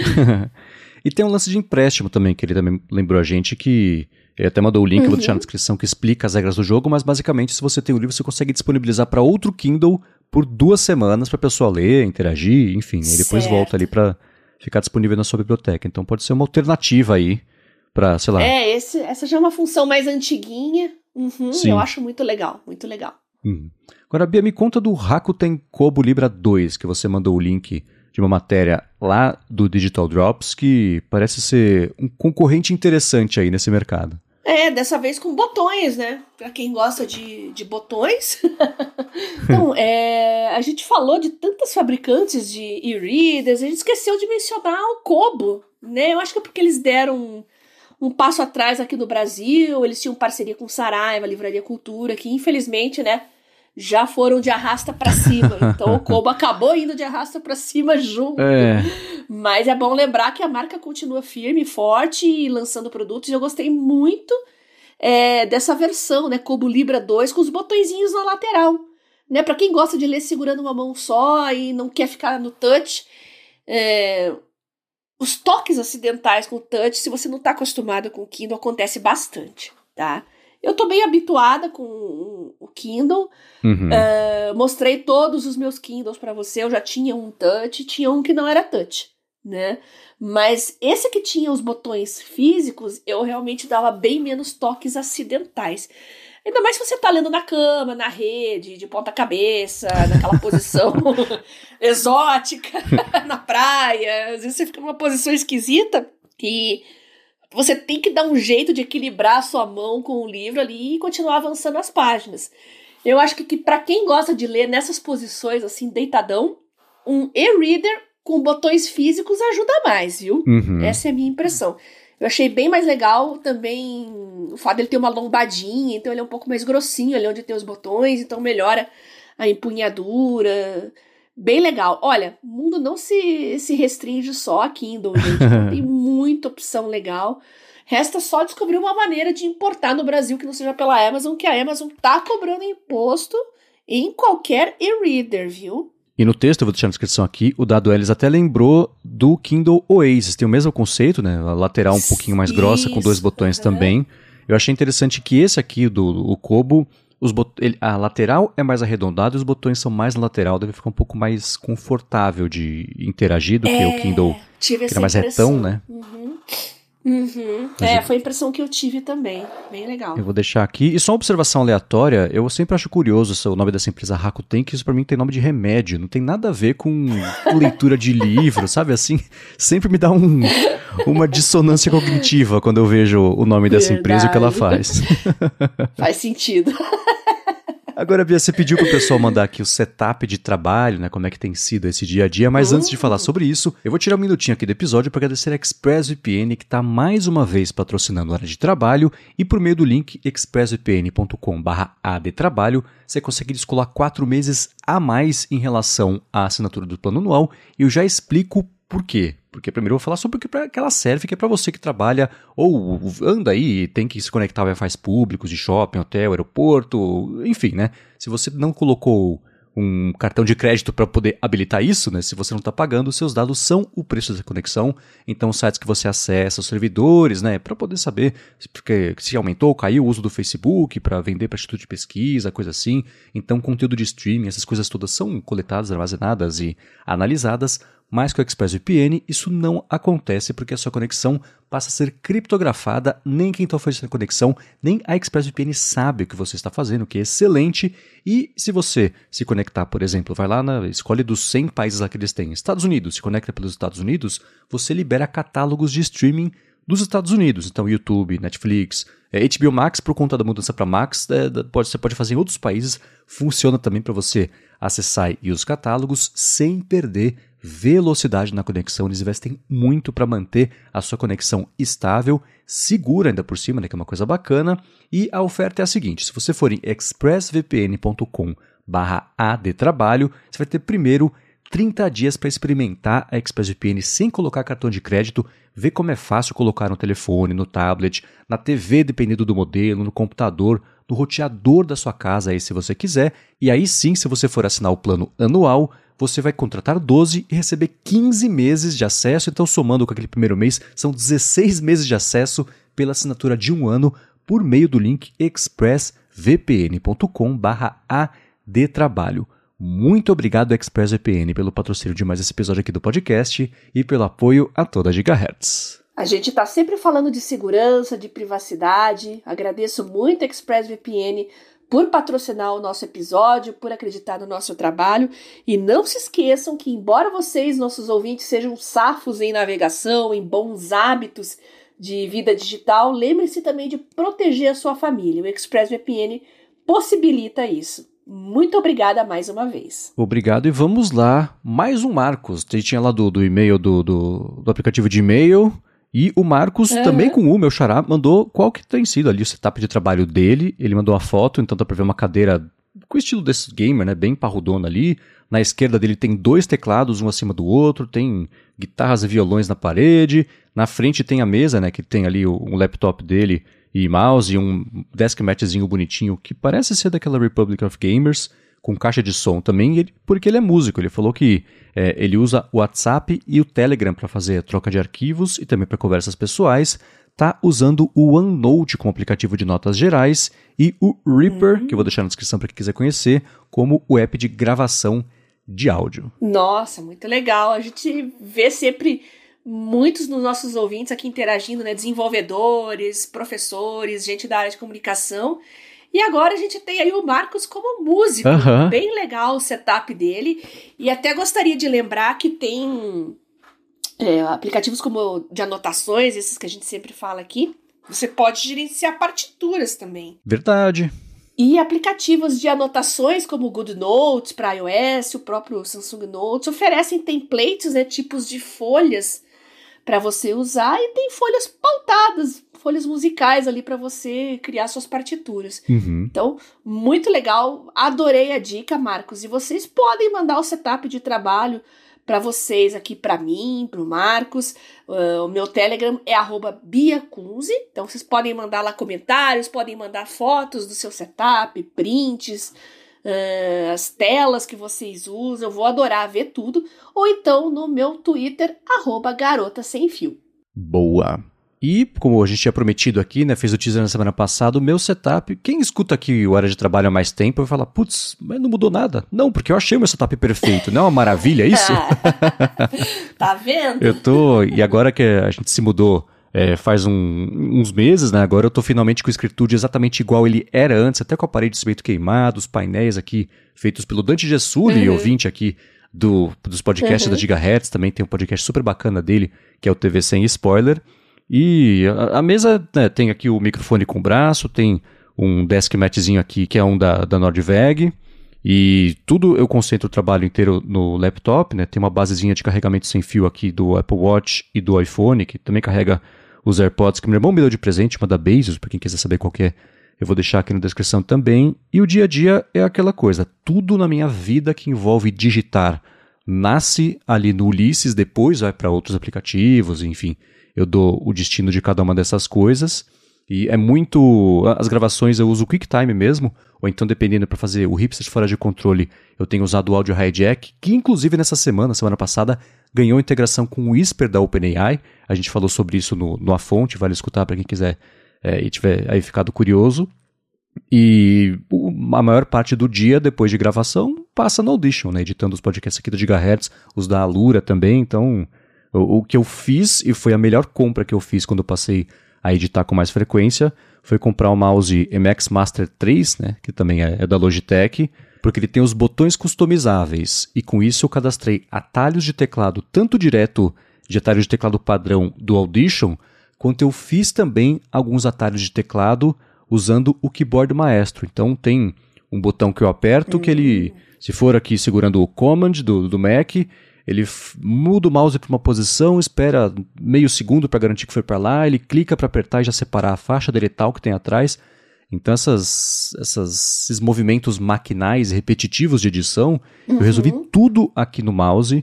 E tem um lance de empréstimo também, que ele também lembrou a gente, que ele até mandou o link, uhum. eu vou deixar na descrição, que explica as regras do jogo, mas basicamente se você tem o livro, você consegue disponibilizar para outro Kindle por duas semanas para a pessoa ler, interagir, enfim, e depois certo. volta ali para ficar disponível na sua biblioteca. Então pode ser uma alternativa aí para, sei lá... É, esse, essa já é uma função mais antiguinha. Uhum, eu acho muito legal, muito legal. Uhum. Agora, Bia, me conta do Rakuten Kobo Libra dois, que você mandou o link de uma matéria lá do Digital Drops, que parece ser um concorrente interessante aí nesse mercado. É, dessa vez com botões, né? Pra quem gosta de, de botões. Então, é, a gente falou de tantas fabricantes de e-readers, a gente esqueceu de mencionar o Kobo, né? Eu acho que é porque eles deram um, um passo atrás aqui no Brasil, eles tinham parceria com Saraiva, Livraria Cultura, que infelizmente, né, já foram de arrasta pra cima. Então o Kobo acabou indo de arrasta pra cima junto. É. Mas é bom lembrar que a marca continua firme, forte e lançando produtos. E eu gostei muito é, dessa versão, né? Kobo Libra dois, com os botõezinhos na lateral. Né? Pra quem gosta de ler segurando uma mão só e não quer ficar no touch, é, os toques acidentais com o touch, se você não tá acostumado com o Kindle, acontece bastante, tá? Eu tô bem habituada com o Kindle, uhum. uh, mostrei todos os meus Kindles para você, eu já tinha um touch, tinha um que não era touch, né? Mas esse que tinha os botões físicos, eu realmente dava bem menos toques acidentais. Ainda mais se você tá lendo na cama, na rede, de ponta cabeça, naquela posição exótica, na praia. Às vezes você fica numa posição esquisita e você tem que dar um jeito de equilibrar a sua mão com o livro ali e continuar avançando as páginas. Eu acho que, que para quem gosta de ler nessas posições, assim, deitadão, um e-reader com botões físicos ajuda mais, viu? Uhum. Essa é a minha impressão. Eu achei bem mais legal também o fato dele ter uma lombadinha, então ele é um pouco mais grossinho ali onde tem os botões, então melhora a empunhadura. Bem legal. Olha, o mundo não se, se restringe só a Kindle, gente. Tem muita opção legal. Resta só descobrir uma maneira de importar no Brasil que não seja pela Amazon, que a Amazon tá cobrando imposto em qualquer e-reader, viu? E no texto, eu vou deixar na descrição aqui, o Dado Ellis até lembrou do Kindle Oasis. Tem o mesmo conceito, né? A lateral um pouquinho mais grossa, com dois botões uhum. também. Eu achei interessante que esse aqui, do o Kobo, os bot... ele, a lateral é mais arredondada e os botões são mais na lateral, deve ficar um pouco mais confortável de interagir do é, que o Kindle, tive que era mais retão, né? Uhum. Uhum. É, foi a impressão que eu tive também. Bem legal. Eu vou deixar aqui. E só uma observação aleatória, eu sempre acho curioso o nome dessa empresa Rakuten, que isso pra mim tem nome de remédio. Não tem nada a ver com leitura de livro, sabe assim? Sempre me dá um, uma dissonância cognitiva quando eu vejo o nome dessa Verdade. empresa e o que ela faz. Faz sentido. Agora, Bia, você pediu pro pessoal mandar aqui o setup de trabalho, né? Como é que tem sido esse dia a dia. Mas uhum. antes de falar sobre isso, eu vou tirar um minutinho aqui do episódio para agradecer a ExpressVPN, que está mais uma vez patrocinando a área de trabalho. E por meio do link expressvpn ponto com barra a d trabalho, você consegue descolar quatro meses a mais em relação à assinatura do plano anual. E eu já explico por quê. Porque primeiro eu vou falar sobre o que ela serve, que é para você que trabalha ou anda aí e tem que se conectar a Wi-Fi públicos de shopping, hotel, aeroporto, enfim, né? Se você não colocou um cartão de crédito para poder habilitar isso, né? Se você não está pagando, seus dados são o preço dessa conexão. Então, os sites que você acessa, os servidores, né? Para poder saber se, porque, se aumentou ou caiu o uso do Facebook para vender para instituto de pesquisa, coisa assim. Então, conteúdo de streaming, essas coisas todas são coletadas, armazenadas e analisadas. Mas com o ExpressVPN isso não acontece porque a sua conexão passa a ser criptografada, nem quem está oferecendo a conexão, nem a ExpressVPN sabe o que você está fazendo, o que é excelente. E se você se conectar, por exemplo, vai lá, na escolhe dos cem países lá que eles têm, Estados Unidos, se conecta pelos Estados Unidos, você libera catálogos de streaming dos Estados Unidos, então YouTube, Netflix, é, H B O Max, por conta da mudança para Max, é, pode, você pode fazer em outros países, funciona também para você acessar e os catálogos sem perder velocidade na conexão. Eles investem muito para manter a sua conexão estável, segura ainda por cima, né, que é uma coisa bacana. E a oferta é a seguinte: se você for em expressvpn ponto com barra a d trabalho, você vai ter primeiro trinta dias para experimentar a ExpressVPN sem colocar cartão de crédito, ver como é fácil colocar no telefone, no tablet, na T V, dependendo do modelo, no computador, no roteador da sua casa, aí se você quiser. E aí sim, se você for assinar o plano anual, você vai contratar doze e receber quinze meses de acesso. Então, somando com aquele primeiro mês, são dezesseis meses de acesso pela assinatura de um ano por meio do link expressvpn ponto com barra a d trabalho. Muito obrigado, ExpressVPN, pelo patrocínio de mais esse episódio aqui do podcast e pelo apoio a toda a Gigahertz. A gente está sempre falando de segurança, de privacidade. Agradeço muito a ExpressVPN por patrocinar o nosso episódio, por acreditar no nosso trabalho. E não se esqueçam que, embora vocês, nossos ouvintes, sejam safos em navegação, em bons hábitos de vida digital, lembre-se também de proteger a sua família. O ExpressVPN possibilita isso. Muito obrigada mais uma vez. Obrigado, e vamos lá. Mais um Marcos. A gente tinha lá do, do e-mail, do, do, do aplicativo de e-mail. E o Marcos, uhum. também com o meu xará, mandou qual que tem sido ali o setup de trabalho dele. Ele mandou uma foto, então dá pra ver uma cadeira com o estilo desse gamer, né? Bem parrudona ali. Na esquerda dele tem dois teclados, um acima do outro. Tem guitarras e violões na parede. Na frente tem a mesa, né? Que tem ali um laptop dele e mouse e um desk matzinho bonitinho que parece ser daquela Republic of Gamers, com caixa de som também, ele, porque ele é músico. Ele falou que é, ele usa o WhatsApp e o Telegram para fazer a troca de arquivos e também para conversas pessoais. Tá usando o OneNote como aplicativo de notas gerais e o Reaper, uhum. que eu vou deixar na descrição para quem quiser conhecer, como o app de gravação de áudio. Nossa, muito legal. A gente vê sempre muitos dos nossos ouvintes aqui interagindo, né? Desenvolvedores, professores, gente da área de comunicação. E agora a gente tem aí o Marcos como músico. Uhum. Bem legal o setup dele. E até gostaria de lembrar que tem é, aplicativos como de anotações, esses que a gente sempre fala aqui. Você pode gerenciar partituras também. Verdade. E aplicativos de anotações como o GoodNotes para iOS, o próprio Samsung Notes, oferecem templates, né, tipos de folhas para você usar, e tem folhas pautadas, folhas musicais ali para você criar suas partituras. Uhum. Então, muito legal, adorei a dica, Marcos. E vocês podem mandar o setup de trabalho para vocês aqui, para mim, para o Marcos. Uh, o meu Telegram é arroba biacunze, então vocês podem mandar lá comentários, podem mandar fotos do seu setup, prints, uh, as telas que vocês usam, eu vou adorar ver tudo. Ou então no meu Twitter, arroba garota sem fio. Boa! E, como a gente tinha prometido aqui, né, fez o teaser na semana passada, o meu setup, quem escuta aqui o Área de Trabalho há mais tempo vai falar, putz, mas não mudou nada. Não, porque eu achei o meu setup perfeito, não é uma maravilha isso? Tá vendo? Eu tô, e agora que a gente se mudou é, faz um, uns meses, né, agora eu tô finalmente com o Escritude exatamente igual ele era antes, até com o aparelho de cimento queimado, os painéis aqui feitos pelo Dante Gessulli, uhum. ouvinte aqui do, dos podcasts uhum. da Gigahertz, também tem um podcast super bacana dele, que é o T V Sem Spoiler. E a, a mesa, né, tem aqui o microfone com o braço, tem um desk matzinho aqui que é um da, da Nordveg, e tudo eu concentro o trabalho inteiro no laptop, né, tem uma basezinha de carregamento sem fio aqui do Apple Watch e do iPhone, que também carrega os AirPods que meu irmão me deu de presente, uma da Bezos, para quem quiser saber qual que é, eu vou deixar aqui na descrição também. E o dia a dia é aquela coisa, tudo na minha vida que envolve digitar nasce ali no Ulysses, depois vai para outros aplicativos, enfim. Eu dou o destino de cada uma dessas coisas, e é muito... As gravações eu uso o QuickTime mesmo, ou então dependendo para fazer o Hipsters Fora de Controle, eu tenho usado o Audio Hijack, que inclusive nessa semana, semana passada, ganhou integração com o Whisper da OpenAI. A gente falou sobre isso no, no A Fonte, vale escutar para quem quiser é, e tiver aí ficado curioso. E a maior parte do dia, depois de gravação, passa no Audition, né, editando os podcasts aqui da Gigahertz, os da Alura também, então... O, o que eu fiz, e foi a melhor compra que eu fiz quando eu passei a editar com mais frequência, foi comprar o mouse M X Master três, né, que também é, é da Logitech, porque ele tem os botões customizáveis, e com isso eu cadastrei atalhos de teclado, tanto direto de atalhos de teclado padrão do Audition, quanto eu fiz também alguns atalhos de teclado usando o Keyboard Maestro. Então tem um botão que eu aperto, uhum. que ele, se for aqui segurando o Command do, do Mac... Ele f- muda o mouse para uma posição, espera meio segundo para garantir que foi para lá, ele clica para apertar e já separar a faixa deletal que tem atrás. Então essas, essas, esses movimentos maquinais repetitivos de edição, uhum. eu resolvi tudo aqui no mouse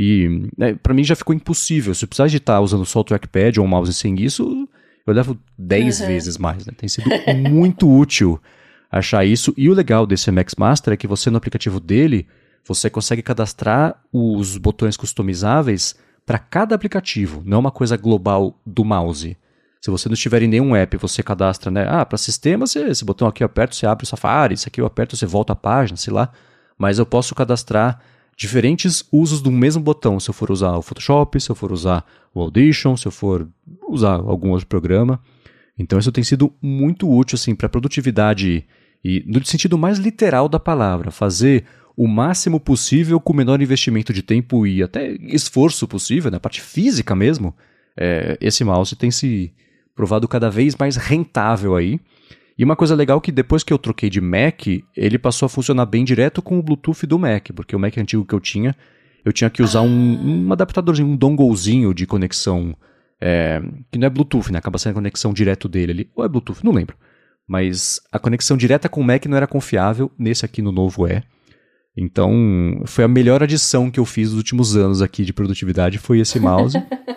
e né, para mim já ficou impossível. Se eu precisar editar usando só o trackpad ou um mouse sem isso, eu levo dez uhum. vezes mais. Né? Tem sido muito útil achar isso. E o legal desse M X Master é que você no aplicativo dele... Você consegue cadastrar os botões customizáveis para cada aplicativo, não é uma coisa global do mouse. Se você não estiver em nenhum app, você cadastra, né? Ah, para sistema, você, esse botão aqui eu aperto, você abre o Safari, esse aqui eu aperto, você volta a página, sei lá. Mas eu posso cadastrar diferentes usos do mesmo botão, se eu for usar o Photoshop, se eu for usar o Audition, se eu for usar algum outro programa. Então isso tem sido muito útil assim, para produtividade e no sentido mais literal da palavra, fazer... o máximo possível com o menor investimento de tempo e até esforço possível, na né? parte física mesmo, é, esse mouse tem se provado cada vez mais rentável aí. E uma coisa legal é que depois que eu troquei de Mac, ele passou a funcionar bem direto com o Bluetooth do Mac, porque o Mac antigo que eu tinha, eu tinha que usar um, um adaptadorzinho, um donglezinho de conexão, é, que não é Bluetooth, né? Acaba sendo a conexão direto dele ali, ou é Bluetooth, não lembro. Mas a conexão direta com o Mac não era confiável, nesse aqui no novo é. Então, foi a melhor adição que eu fiz nos últimos anos aqui de produtividade, foi esse mouse.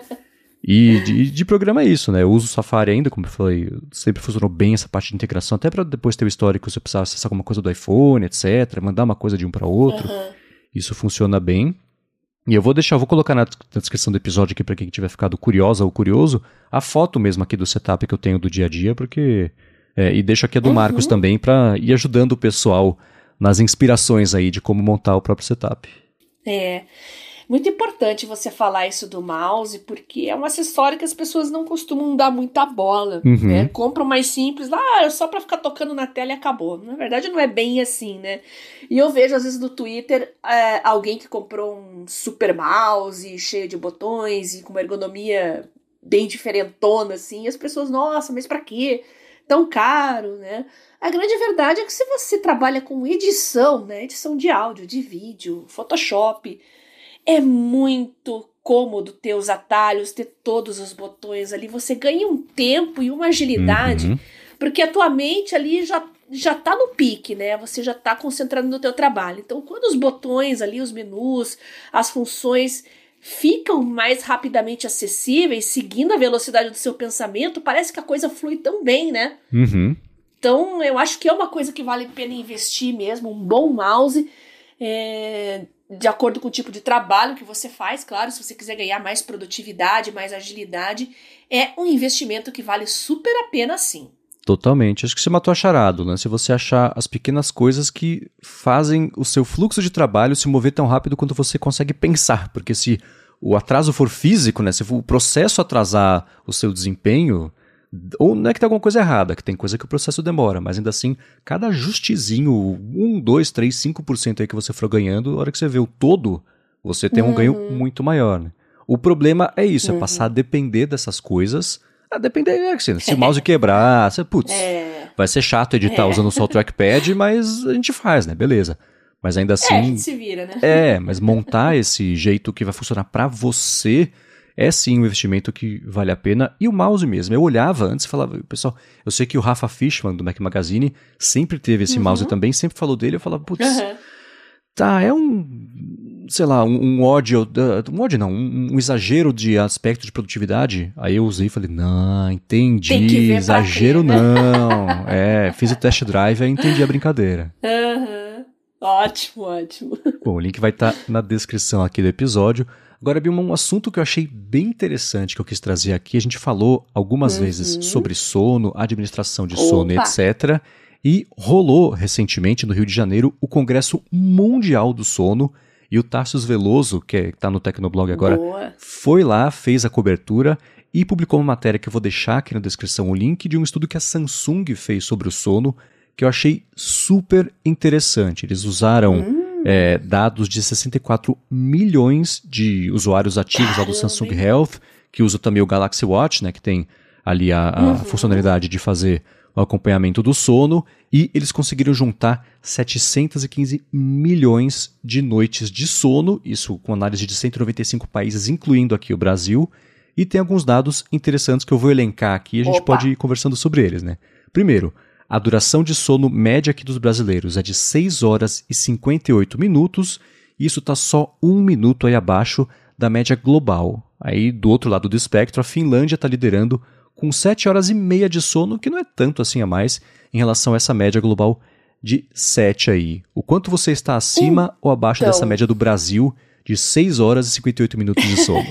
E de, de programa é isso, né? Eu uso o Safari ainda, como eu falei, sempre funcionou bem essa parte de integração, até para depois ter o histórico, se eu precisar acessar alguma coisa do iPhone, etcétera, mandar uma coisa de um para outro. Uhum. Isso funciona bem. E eu vou deixar, vou colocar na, na descrição do episódio aqui para quem tiver ficado curiosa ou curioso, a foto mesmo aqui do setup que eu tenho do dia a dia, porque... É, e deixo aqui a do uhum. Marcos também para ir ajudando o pessoal nas inspirações aí de como montar o próprio setup. É, muito importante você falar isso do mouse, porque é um acessório que as pessoas não costumam dar muita bola, Uhum. né? Compram mais simples, ah, é só pra ficar tocando na tela e acabou. Na verdade, não é bem assim, né? E eu vejo, às vezes, no Twitter, é, alguém que comprou um super mouse cheio de botões e com uma ergonomia bem diferentona, assim, e as pessoas, nossa, mas pra quê? Tão caro, né? A grande verdade é que se você trabalha com edição, né? Edição de áudio, de vídeo, Photoshop, é muito cômodo ter os atalhos, ter todos os botões ali. Você ganha um tempo e uma agilidade, Uhum. porque a tua mente ali já, já tá no pique, né? Você já tá concentrado no teu trabalho. Então, quando os botões ali, os menus, as funções ficam mais rapidamente acessíveis, seguindo a velocidade do seu pensamento, parece que a coisa flui tão bem, né? Uhum. Então, eu acho que é uma coisa que vale a pena investir mesmo, um bom mouse, é, de acordo com o tipo de trabalho que você faz, claro, se você quiser ganhar mais produtividade, mais agilidade, é um investimento que vale super a pena sim. Totalmente. Acho que você matou a charada, né? Se você achar as pequenas coisas que fazem o seu fluxo de trabalho se mover tão rápido quanto você consegue pensar. Porque se o atraso for físico, né? Se o processo atrasar o seu desempenho, ou não é que tem alguma coisa errada, que tem coisa que o processo demora, mas ainda assim, cada ajustezinho, um, dois, três, cinco por cento aí que você for ganhando, na hora que você vê o todo, você tem um Uhum. ganho muito maior, né? O problema é isso, Uhum. é passar a depender dessas coisas. A depender, é assim, se o mouse quebrar, você, putz, É, vai ser chato editar É. usando só o trackpad, mas a gente faz, né? Beleza. Mas ainda é, a assim, gente se vira, né? é, mas montar esse jeito que vai funcionar pra você é sim um investimento que vale a pena. E o mouse mesmo, eu olhava antes e falava, pessoal, eu sei que o Rafa Fishman do Mac Magazine sempre teve esse Uhum. mouse também, sempre falou dele, eu falava, putz, Uhum. tá, é um, sei lá, um, um ódio, uh, um ódio não, um, um exagero de aspecto de produtividade. Aí eu usei e falei, não, entendi, Tem que ver pra exagero quê, né? não. É, fiz o test drive e entendi a brincadeira. Uhum. Ótimo, ótimo. Bom, o link vai estar na descrição aqui do episódio. Agora, Bia, um assunto que eu achei bem interessante que eu quis trazer aqui, a gente falou algumas Uhum. vezes sobre sono, administração de sono, Opa. etcétera. E rolou recentemente no Rio de Janeiro o Congresso Mundial do Sono. E o Tarsus Veloso, que está no Tecnoblog agora, Boa. foi lá, fez a cobertura e publicou uma matéria que eu vou deixar aqui na descrição o link de um estudo que a Samsung fez sobre o sono, que eu achei super interessante. Eles usaram Hum. é, dados de sessenta e quatro milhões de usuários ativos lá do Caramba, Samsung hein? Health, que usa também o Galaxy Watch, né, que tem ali a, a Uhum. funcionalidade de fazer o acompanhamento do sono, e eles conseguiram juntar setecentos e quinze milhões de noites de sono, isso com análise de cento e noventa e cinco países, incluindo aqui o Brasil, e tem alguns dados interessantes que eu vou elencar aqui e a gente Opa. pode ir conversando sobre eles, né? Primeiro, a duração de sono média aqui dos brasileiros é de seis horas e cinquenta e oito minutos, e isso está só um minuto aí abaixo da média global. Aí, do outro lado do espectro, a Finlândia está liderando com sete horas e meia de sono, que não é tanto assim a mais em relação a essa média global de sete aí. O quanto você está acima Então. ou abaixo dessa média do Brasil de seis horas e cinquenta e oito minutos de sono?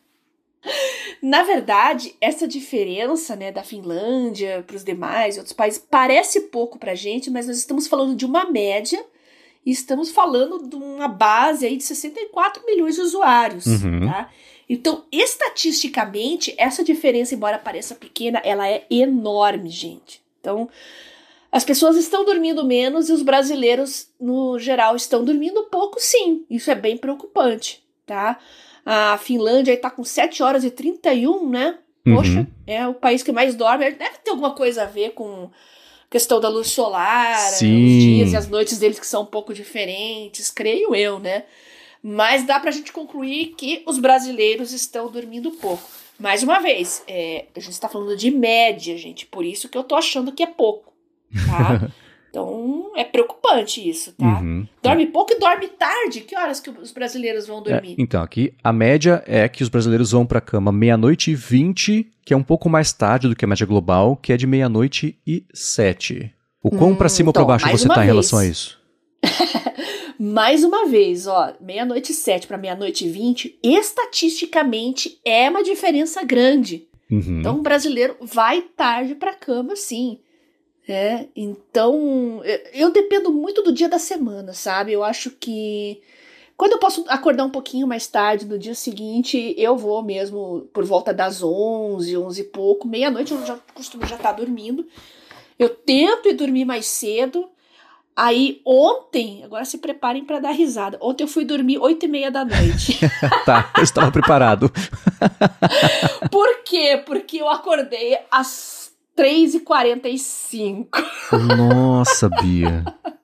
Na verdade, essa diferença, né, da Finlândia para os demais outros países parece pouco pra gente, mas nós estamos falando de uma média e estamos falando de uma base aí de sessenta e quatro milhões de usuários, Uhum. tá? Então, estatisticamente, essa diferença, embora pareça pequena, ela é enorme, gente. Então, as pessoas estão dormindo menos e os brasileiros, no geral, estão dormindo pouco, sim. Isso é bem preocupante, tá? A Finlândia está com sete horas e trinta e um, né? Poxa, Uhum. é o país que mais dorme. Deve ter alguma coisa a ver com a questão da luz solar, Sim. os dias e as noites deles que são um pouco diferentes, creio eu, né? Mas dá pra gente concluir que os brasileiros estão dormindo pouco. Mais uma vez, é, a gente está falando de média, gente. Por isso que eu tô achando que é pouco, tá? Então, é preocupante isso, tá? Uhum. Dorme pouco e dorme tarde. Que horas que os brasileiros vão É, dormir? então, aqui a média é que os brasileiros vão para a cama meia-noite e vinte, que é um pouco mais tarde do que a média global, que é de meia-noite e sete. O quão Hum, para cima ou então, para baixo mais você uma tá em vez. relação a isso? Mais uma vez, ó, meia-noite e sete para meia-noite e vinte, estatisticamente é uma diferença grande. Uhum. Então, o brasileiro vai tarde para cama, sim. É, então, eu dependo muito do dia da semana, sabe? Eu acho que Quando eu posso acordar um pouquinho mais tarde, no dia seguinte, eu vou mesmo por volta das onze, onze e pouco, meia-noite eu já costumo já estar dormindo. Eu tento ir dormir mais cedo. Aí ontem, agora se preparem para dar risada. Ontem eu fui dormir oito e meia da noite. Tá, eu estava preparado. Por quê? Porque eu acordei às três e quarenta e cinco. Nossa, Bia.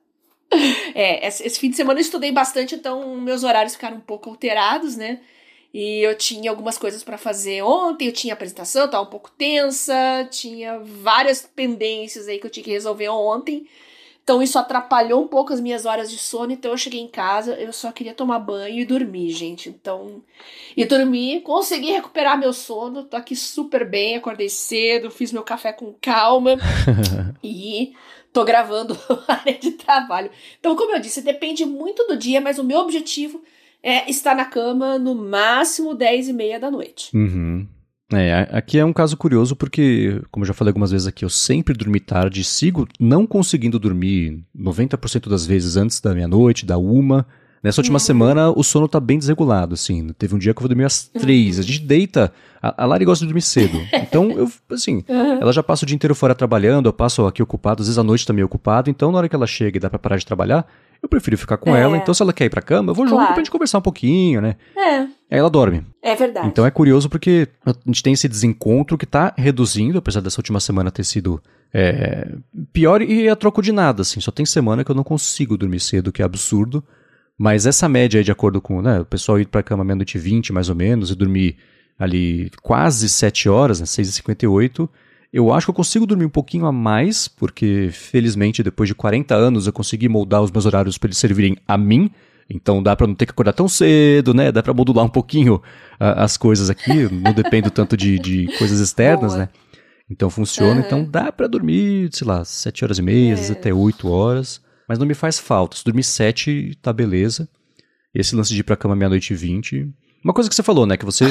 É, esse fim de semana eu estudei bastante, então meus horários ficaram um pouco alterados, né? E eu tinha algumas coisas para fazer ontem, eu tinha apresentação, tava um pouco tensa, tinha várias pendências aí que eu tinha que resolver ontem. Então isso atrapalhou um pouco as minhas horas de sono, então eu cheguei em casa, eu só queria tomar banho e dormir, gente. Então, e dormi, consegui recuperar meu sono, tô aqui super bem, acordei cedo, fiz meu café com calma e tô gravando a área de trabalho. Então, como eu disse, depende muito do dia, mas o meu objetivo é estar na cama no máximo dez e meia da noite. Uhum. É, aqui é um caso curioso porque, como eu já falei algumas vezes aqui, eu sempre dormi tarde, sigo não conseguindo dormir noventa por cento das vezes antes da meia-noite, da uma. Nessa última uhum. semana, o sono tá bem desregulado, assim. Teve um dia que eu vou dormir às três. Uhum. A gente deita... A, a Lari gosta de dormir cedo. Então, eu, assim, uhum. ela já passa o dia inteiro fora trabalhando, eu passo aqui ocupado, às vezes à noite também ocupado. Então, na hora que ela chega e dá pra parar de trabalhar, eu prefiro ficar com é. ela. Então, se ela quer ir pra cama, eu vou junto claro. pra gente conversar um pouquinho, né? É. Aí ela dorme. É verdade. Então, é curioso porque a gente tem esse desencontro que tá reduzindo, apesar dessa última semana ter sido é, pior e a troco de nada, assim. Só tem semana que eu não consigo dormir cedo, que é absurdo. Mas essa média aí, de acordo com, né, o pessoal ir pra cama meia-noite e vinte, mais ou menos, e dormir ali quase sete horas, né, seis e cinquenta e oito, eu acho que eu consigo dormir um pouquinho a mais, porque felizmente depois de quarenta anos eu consegui moldar os meus horários para eles servirem a mim, então dá pra não ter que acordar tão cedo, né, dá pra modular um pouquinho uh, as coisas aqui, não dependo tanto de, de coisas externas, Boa. né, então funciona, uhum. então dá pra dormir, sei lá, sete horas e meia, às vezes até oito horas. Mas não me faz falta. Se dormir sete, tá beleza. Esse lance de ir pra cama meia-noite e vinte... Uma coisa que você falou, né? Que você,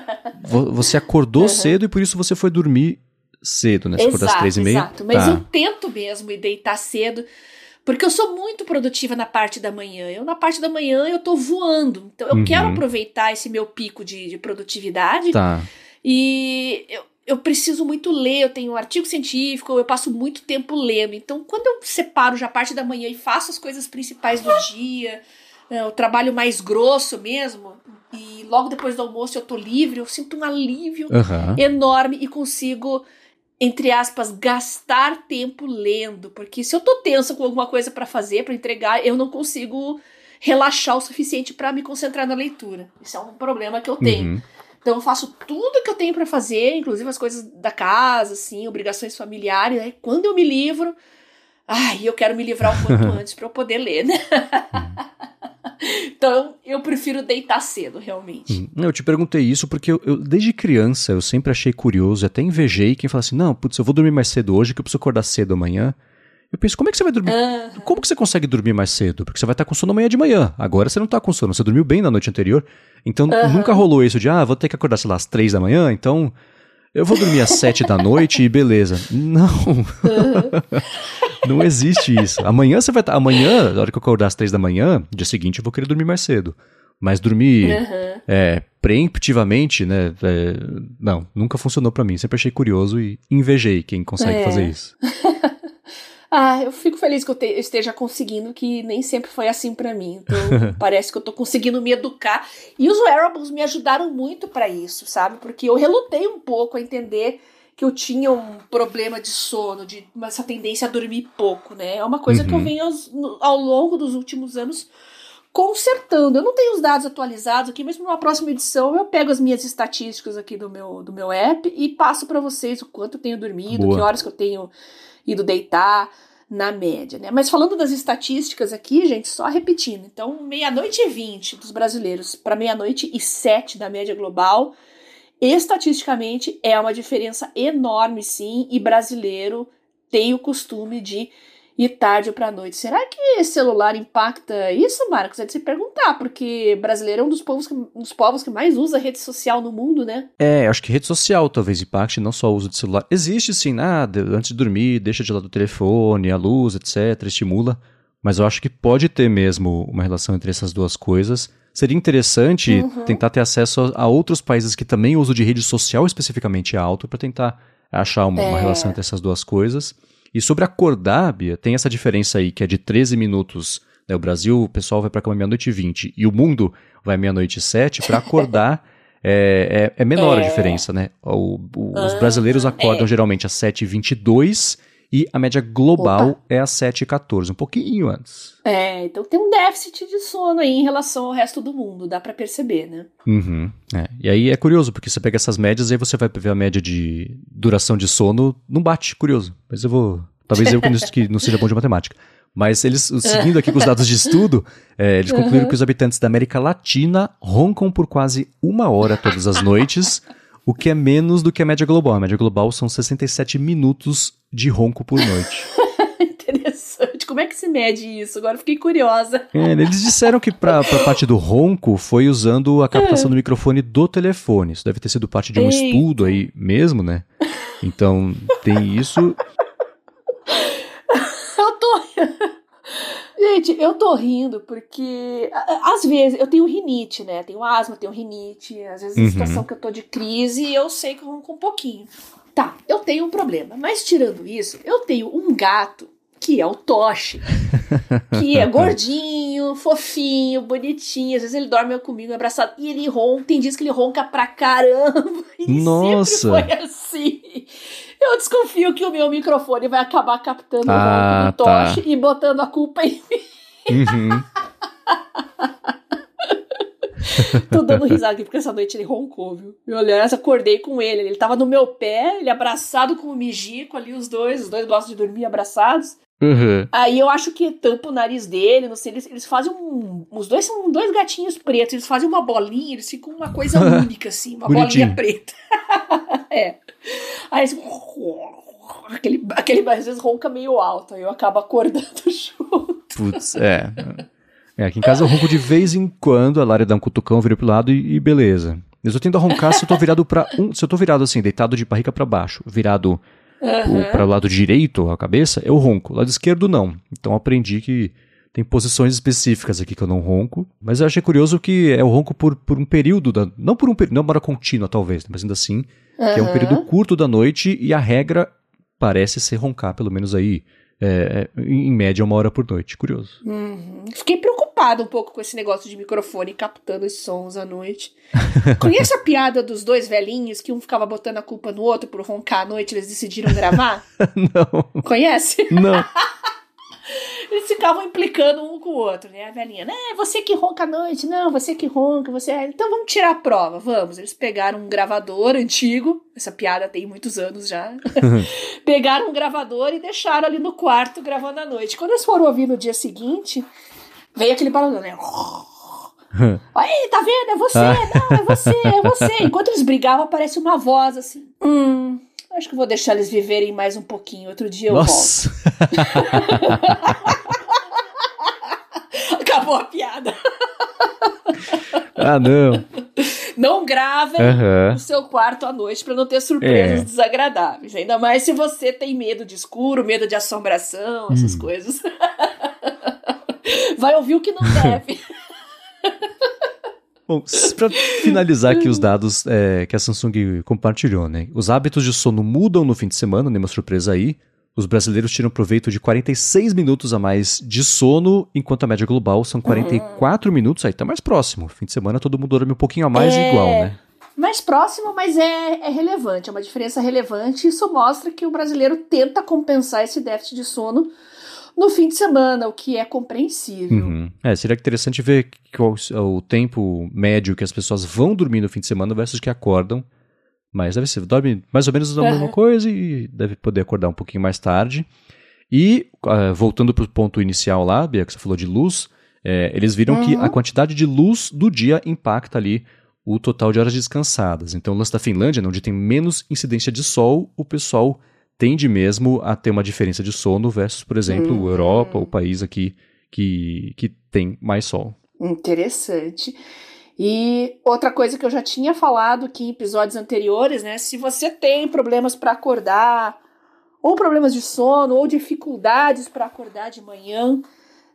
você acordou uhum. cedo e por isso você foi dormir cedo, né? Se acordar às três e meia. Exato, mas tá. eu tento mesmo ir deitar cedo, porque eu sou muito produtiva na parte da manhã. Eu, na parte da manhã, eu tô voando. Então, eu uhum. quero aproveitar esse meu pico de, de produtividade. Tá. E... eu Eu preciso muito ler, eu tenho um artigo científico, eu passo muito tempo lendo. Então, quando eu separo já a parte da manhã e faço as coisas principais do dia, o trabalho mais grosso mesmo, e logo depois do almoço eu tô livre, eu sinto um alívio uhum. enorme e consigo, entre aspas, gastar tempo lendo. Porque se eu tô tensa com alguma coisa para fazer, para entregar, eu não consigo relaxar o suficiente para me concentrar na leitura. Isso é um problema que eu tenho. Uhum. Então eu faço tudo que eu tenho pra fazer, inclusive as coisas da casa, assim, obrigações familiares. Aí quando eu me livro, ai, eu quero me livrar o quanto antes pra eu poder ler, né? Então eu prefiro deitar cedo, realmente. Eu te perguntei isso porque eu, eu, desde criança eu sempre achei curioso, até invejei quem fala assim, não, putz, eu vou dormir mais cedo hoje que eu preciso acordar cedo amanhã. Eu penso, como é que você vai dormir? Uhum. Como que você consegue dormir mais cedo? Porque você vai estar com sono amanhã de manhã. Agora você não está com sono, você dormiu bem na noite anterior. Então uhum. nunca rolou isso de, ah, vou ter que acordar, sei lá, às três da manhã, então eu vou dormir às sete da noite e beleza. Não. Uhum. Não existe isso. Amanhã você vai estar, amanhã, na hora que eu acordar às três da manhã, dia seguinte eu vou querer dormir mais cedo. Mas dormir uhum. é, preemptivamente, né, é, não, nunca funcionou pra mim. Sempre achei curioso e invejei quem consegue é. fazer isso. Ah, eu fico feliz que eu, te, eu esteja conseguindo, que nem sempre foi assim pra mim. Então, parece que eu tô conseguindo me educar. E os wearables me ajudaram muito pra isso, sabe? Porque eu relutei um pouco a entender que eu tinha um problema de sono, de essa tendência a dormir pouco, né? É uma coisa uhum. que eu venho aos, no, ao longo dos últimos anos consertando. Eu não tenho os dados atualizados aqui, mas numa próxima edição eu pego as minhas estatísticas aqui do meu, do meu app e passo pra vocês o quanto eu tenho dormido, Boa. que horas que eu tenho ido deitar na média, né? Mas falando das estatísticas aqui, gente, só repetindo. Então, meia-noite e vinte dos brasileiros para meia-noite e sete da média global, estatisticamente é uma diferença enorme, sim, e brasileiro tem o costume de ir tarde para a noite. Será que celular impacta isso, Marcos? É de se perguntar, porque brasileiro é um dos povos que, um dos povos que mais usa rede social no mundo, né? É, acho que rede social talvez impacte, não só o uso de celular. Existe sim, nada, antes de dormir, deixa de lado o telefone, a luz, etcétera, estimula, mas eu acho que pode ter mesmo uma relação entre essas duas coisas. Seria interessante uhum. tentar ter acesso a, a outros países que também o uso de rede social especificamente é alto, para tentar achar uma, é. uma relação entre essas duas coisas. E sobre acordar, Bia, tem essa diferença aí, que é de treze minutos. Né? O Brasil, o pessoal vai para a cama meia-noite e vinte, e o mundo vai meia-noite e sete. Para acordar, é, é, é menor é. a diferença, né? O, o, os brasileiros acordam é. geralmente às sete e vinte e dois, e a média global Opa. é às sete e quatorze, um pouquinho antes. É, então tem um déficit de sono aí em relação ao resto do mundo, dá pra perceber, né? Uhum, é. E aí é curioso, porque você pega essas médias e aí você vai ver a média de duração de sono, não bate, curioso. Mas eu vou... Talvez eu que não, que não seja bom de matemática. Mas eles, seguindo aqui com os dados de estudo, é, eles concluíram uhum. que os habitantes da América Latina roncam por quase uma hora todas as noites, o que é menos do que a média global. A média global são sessenta e sete minutos de ronco por noite. Interessante. Como é que se mede isso? Agora eu fiquei curiosa. É, eles disseram que para a parte do ronco foi usando a captação do microfone do telefone. Isso deve ter sido parte de um Eita. estudo aí mesmo, né? Então, tem isso. Eu tô... Gente, eu tô rindo porque, às vezes, eu tenho rinite, né? Tenho asma, tenho rinite. Às vezes, uhum. na situação que eu tô de crise, eu sei que eu ronco um pouquinho. Tá, eu tenho um problema. Mas, tirando isso, eu tenho um gato, que é o Toshi, que é gordinho, fofinho, bonitinho. Às vezes ele dorme comigo abraçado e ele ronca. Tem dias que ele ronca pra caramba. Ele Nossa. sempre foi assim. Eu desconfio que o meu microfone vai acabar captando ah, o ronco do Toshi tá. e botando a culpa em mim. Uhum. Tô dando risada aqui porque essa noite ele roncou, viu? Eu, aliás, acordei com ele. Ele tava no meu pé, ele abraçado com o Mijiko ali, os dois. Os dois gostam de dormir abraçados. Uhum. Aí eu acho que tampa o nariz dele, não sei, eles, eles fazem um... Os dois são dois gatinhos pretos, eles fazem uma bolinha, eles ficam uma coisa única, assim, uma bolinha preta. É. Aí eles... Aquele, aquele às vezes ronca meio alto, aí eu acabo acordando junto. Putz, é... É, aqui em casa eu ronco de vez em quando, a Lara dá um cutucão, vira pro lado e, e beleza. Eu só tendo a roncar se eu tô virado pra um, se eu tô virado assim, deitado de barriga pra baixo, virado uhum. para o lado direito, a cabeça, eu ronco. Lado esquerdo, não. Então eu aprendi que tem posições específicas aqui que eu não ronco. Mas eu achei curioso que é o ronco por, por um período, da, não por um período, não uma hora contínua talvez, mas ainda assim, uhum. que é um período curto da noite e a regra parece ser roncar, pelo menos aí, é, em média uma hora por noite. Curioso. Uhum. Fiquei preocupado um pouco com esse negócio de microfone captando os sons à noite. Conhece a piada dos dois velhinhos que um ficava botando a culpa no outro por roncar à noite, eles decidiram gravar? Não. Conhece? Não. Eles ficavam implicando um com o outro, né? A velhinha, né? Você que ronca à noite, não, você que ronca, você... Então vamos tirar a prova, vamos. Eles pegaram um gravador antigo, essa piada tem muitos anos já. Pegaram um gravador e deixaram ali no quarto gravando à noite. Quando eles foram ouvir no dia seguinte, veio aquele barulho, né? Aí, tá vendo? É você, não, é você, é você. Enquanto eles brigavam, aparece uma voz assim. Hum... Acho que vou deixar eles viverem mais um pouquinho. Outro dia eu Nossa. volto. Acabou a piada. Ah, não. Não gravem uhum. no seu quarto à noite para não ter surpresas é. desagradáveis. Ainda mais se você tem medo de escuro, medo de assombração, essas hum. coisas. Vai ouvir o que não deve. Bom, para finalizar aqui os dados é, que a Samsung compartilhou, né? Os hábitos de sono mudam no fim de semana, nenhuma surpresa aí. Os brasileiros tiram proveito de quarenta e seis minutos a mais de sono, enquanto a média global são quarenta e quatro uhum. minutos, aí tá mais próximo. Fim de semana todo mundo dorme um pouquinho a mais é... igual, né? Mais próximo, mas é, é relevante, é uma diferença relevante. Isso mostra que o brasileiro tenta compensar esse déficit de sono no fim de semana, o que é compreensível. Uhum. É, seria interessante ver qual é o tempo médio que as pessoas vão dormir no fim de semana versus que acordam. Mas deve ser, dorme mais ou menos a mesma uhum. coisa e deve poder acordar um pouquinho mais tarde. E, uh, voltando para o ponto inicial lá, Bia, que você falou de luz, é, eles viram uhum. que a quantidade de luz do dia impacta ali o total de horas descansadas. Então, o lance da Finlândia, onde tem menos incidência de sol, o pessoal tende mesmo a ter uma diferença de sono versus, por exemplo, uhum. a Europa, o país aqui que, que tem mais sol. Interessante. E outra coisa que eu já tinha falado aqui em episódios anteriores, né? Se você tem problemas para acordar, ou problemas de sono, ou dificuldades para acordar de manhã,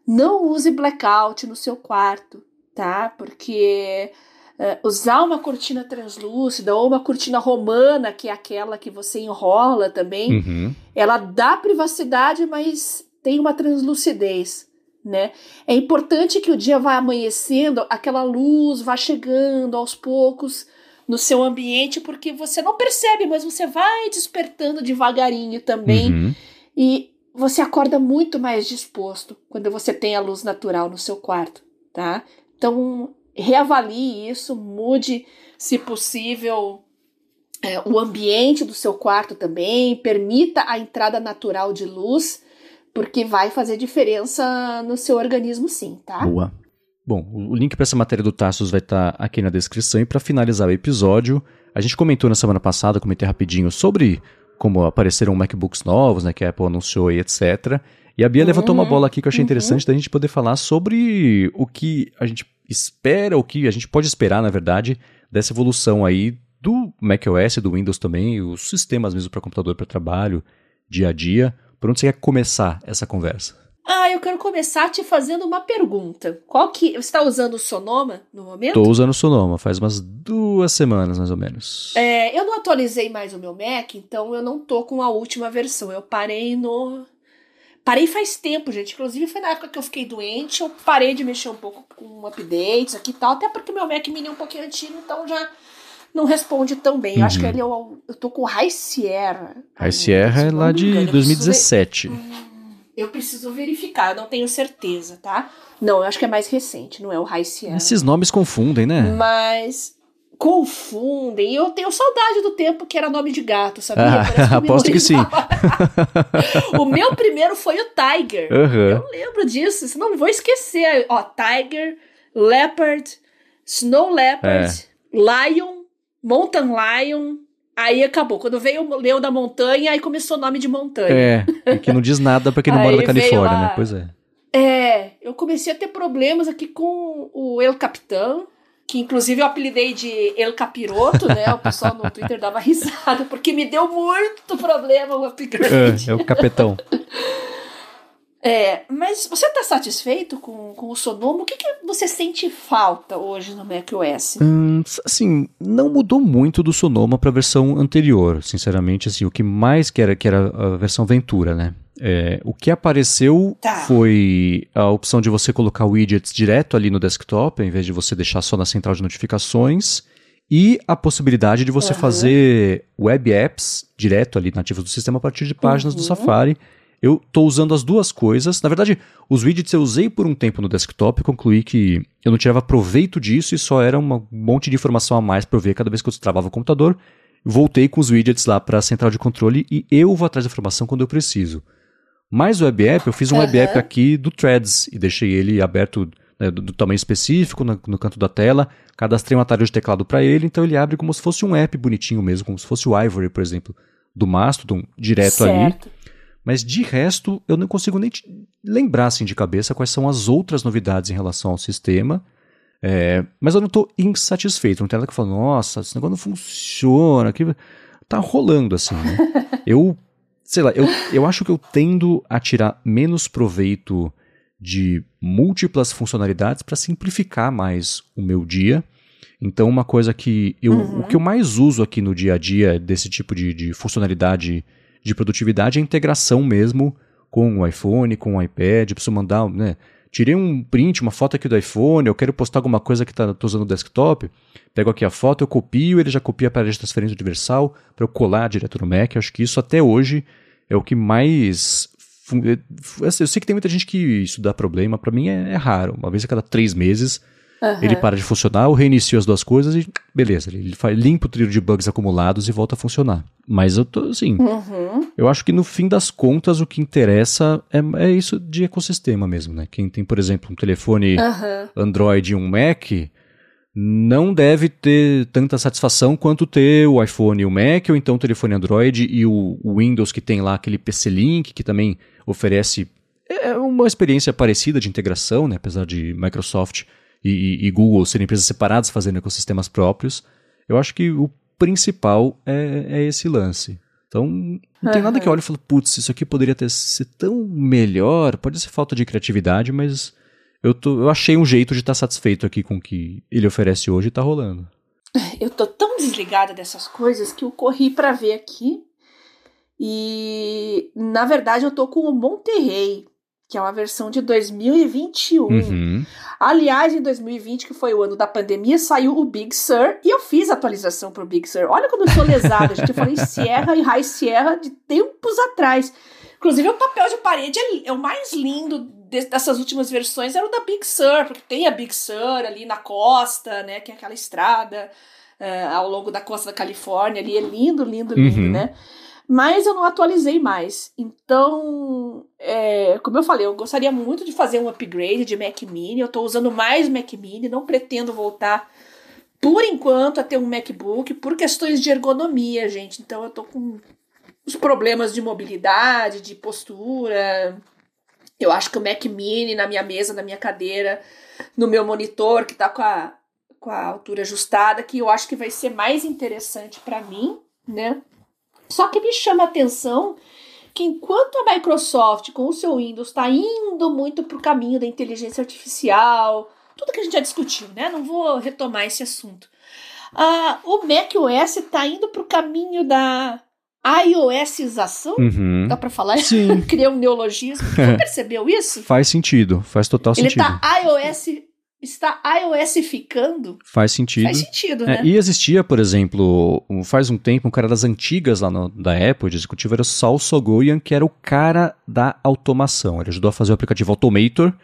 Não use blackout no seu quarto, tá? Porque uh, usar uma cortina translúcida ou uma cortina romana, que é aquela que você enrola também, Uhum. ela dá privacidade, mas tem uma translucidez, né? É importante que o dia vá amanhecendo, aquela luz vá chegando aos poucos no seu ambiente, porque você não percebe, mas você vai despertando devagarinho também. Uhum. E você acorda muito mais disposto quando você tem a luz natural no seu quarto, tá? Então, reavalie isso, mude, se possível, é, o ambiente do seu quarto também, permita a entrada natural de luz, porque vai fazer diferença no seu organismo sim, tá? Boa. Bom, o link para essa matéria do Tassos vai estar aqui na descrição. E para finalizar o episódio, a gente comentou na semana passada, comentei rapidinho sobre como apareceram MacBooks novos, né, que a Apple anunciou e etcétera. E a Bia uhum, levantou uma bola aqui que eu achei uhum. interessante da gente poder falar sobre o que a gente espera, o que a gente pode esperar, na verdade, dessa evolução aí do macOS, do Windows também, os sistemas mesmo para computador, para trabalho, dia a dia. Por onde você quer começar essa conversa? Ah, eu quero começar te fazendo uma pergunta. Qual que... Você está usando o Sonoma no momento? Estou usando o Sonoma, faz umas duas semanas, mais ou menos. É, eu não atualizei mais o meu Mac, então eu não tô com a última versão. Eu parei no... Parei faz tempo, gente. Inclusive foi na época que eu fiquei doente, eu parei de mexer um pouco com updates aqui e tal, até porque meu Mac Mini é um pouquinho antigo, então já não responde tão bem. Uhum. Eu acho que ele eu, eu tô com o High Sierra. High Sierra é lá de dois mil e dezessete. Eu preciso verificar, eu não tenho certeza, tá? Não, eu acho que é mais recente, não é o High Sierra. Esses nomes confundem, né? Mas confundem. Eu tenho saudade do tempo que era nome de gato, sabia? Ah, que aposto que sim. O meu primeiro foi o Tiger. Uhum. Eu lembro disso, senão não vou esquecer. Ó, Tiger, Leopard, Snow Leopard, é. Lion, Mountain Lion... Aí acabou. Quando veio o Leão da Montanha, aí começou o nome de montanha. É, é que não diz nada pra quem não mora na Califórnia, né? Pois é. É, eu comecei a ter problemas aqui com o El Capitão, que inclusive eu apelidei de El Capiroto, né? O pessoal no Twitter dava risada, porque me deu muito problema o upgrade. É, é o capetão. É, mas você tá satisfeito com, com o Sonoma? O que, que você sente falta hoje no macOS? Hum, assim, não mudou muito do Sonoma para a versão anterior, sinceramente. Assim, o que mais que era, que era a versão Ventura, né? É, o que apareceu tá. foi a opção de você colocar widgets direto ali no desktop, ao invés de você deixar só na central de notificações, e a possibilidade de você uhum. fazer web apps direto ali nativos do sistema a partir de páginas uhum. do Safari. Eu estou usando as duas coisas. Na verdade, os widgets eu usei por um tempo no desktop e concluí que eu não tirava proveito disso e só era um monte de informação a mais para eu ver cada vez que eu destravava o computador. Voltei com os widgets lá para a central de controle e eu vou atrás da informação quando eu preciso. Mas o web app, eu fiz um uhum. web app aqui do Threads e deixei ele aberto, né, do, do tamanho específico no, no canto da tela. Cadastrei um atalho de teclado para ele, então ele abre como se fosse um app bonitinho mesmo, como se fosse o Ivory, por exemplo, do Mastodon, direto certo. ali. Mas de resto, eu não consigo nem te lembrar assim, de cabeça quais são as outras novidades em relação ao sistema. É, mas eu não estou insatisfeito. Não tem nada que fala, nossa, esse negócio não funciona. Aqui tá rolando assim, né? Eu, sei lá, eu, eu acho que eu tendo a tirar menos proveito de múltiplas funcionalidades para simplificar mais o meu dia. Então, uma coisa que eu, uhum. o que eu mais uso aqui no dia a dia desse tipo de, de funcionalidade de produtividade é a integração mesmo com o iPhone, com o iPad. Eu preciso mandar, né? Tirei um print, uma foto aqui do iPhone, eu quero postar alguma coisa que estou tá, usando no desktop, pego aqui a foto, eu copio, ele já copia para a área de transferência universal para eu colar direto no Mac. Eu acho que isso até hoje é o que mais... Eu sei que tem muita gente que isso dá problema, para mim é, é raro. Uma vez a cada três meses uhum. ele para de funcionar, eu reinicio as duas coisas e beleza, ele faz, limpa o trilho de bugs acumulados e volta a funcionar. Mas eu tô assim, uhum. eu acho que no fim das contas o que interessa é, é isso de ecossistema mesmo, né? Quem tem, por exemplo, um telefone uhum. Android e um Mac não deve ter tanta satisfação quanto ter o iPhone e o Mac, ou então o telefone Android e o, o Windows que tem lá aquele P C Link, que também oferece é uma experiência parecida de integração, né? Apesar de Microsoft e, e, e Google serem empresas separadas fazendo ecossistemas próprios. Eu acho que o principal é, é esse lance. Então, não tem nada que eu olhe e falo, putz, isso aqui poderia ter sido tão melhor. Pode ser falta de criatividade, mas eu, tô, eu achei um jeito de estar satisfeito aqui com o que ele oferece hoje e tá rolando. Eu tô tão desligada dessas coisas que eu corri pra ver aqui. E, na verdade, eu tô com o Monterrey, que é uma versão de dois mil e vinte e um. Uhum. Aliás, em dois mil e vinte, que foi o ano da pandemia, saiu o Big Sur e eu fiz a atualização pro Big Sur. Olha como eu sou lesada, gente. Eu falei Sierra e High Sierra de tempos atrás. Inclusive, o papel de parede é, é o mais lindo de, dessas últimas versões, era o da Big Sur, porque tem a Big Sur ali na costa, né, que é aquela estrada uh, ao longo da costa da Califórnia. Ali é lindo, lindo, lindo, uhum. né? Mas eu não atualizei mais. Então, é, como eu falei, eu gostaria muito de fazer um upgrade de Mac Mini. Eu estou usando mais Mac Mini, não pretendo voltar, por enquanto, a ter um MacBook, por questões de ergonomia, gente. Então, eu estou com os problemas de mobilidade, de postura. Eu acho que o Mac Mini na minha mesa, na minha cadeira, no meu monitor, que está com a, com a altura ajustada, que eu acho que vai ser mais interessante para mim, né? Só que me chama a atenção que enquanto a Microsoft com o seu Windows está indo muito para o caminho da inteligência artificial, tudo que a gente já discutiu, né? Não vou retomar esse assunto. Uh, o macOS está indo para o caminho da iOSização? Uhum. Dá para falar? Sim. Criei um neologismo. Você percebeu isso? Faz sentido, faz total Ele sentido. Ele está iOS... Está iOSificando? Faz sentido. Faz sentido, né? É, e existia, por exemplo, faz um tempo, um cara das antigas lá no, da Apple, de executivo, era o Saul Soghoian, que era o cara da automação. Ele ajudou a fazer o aplicativo Automator.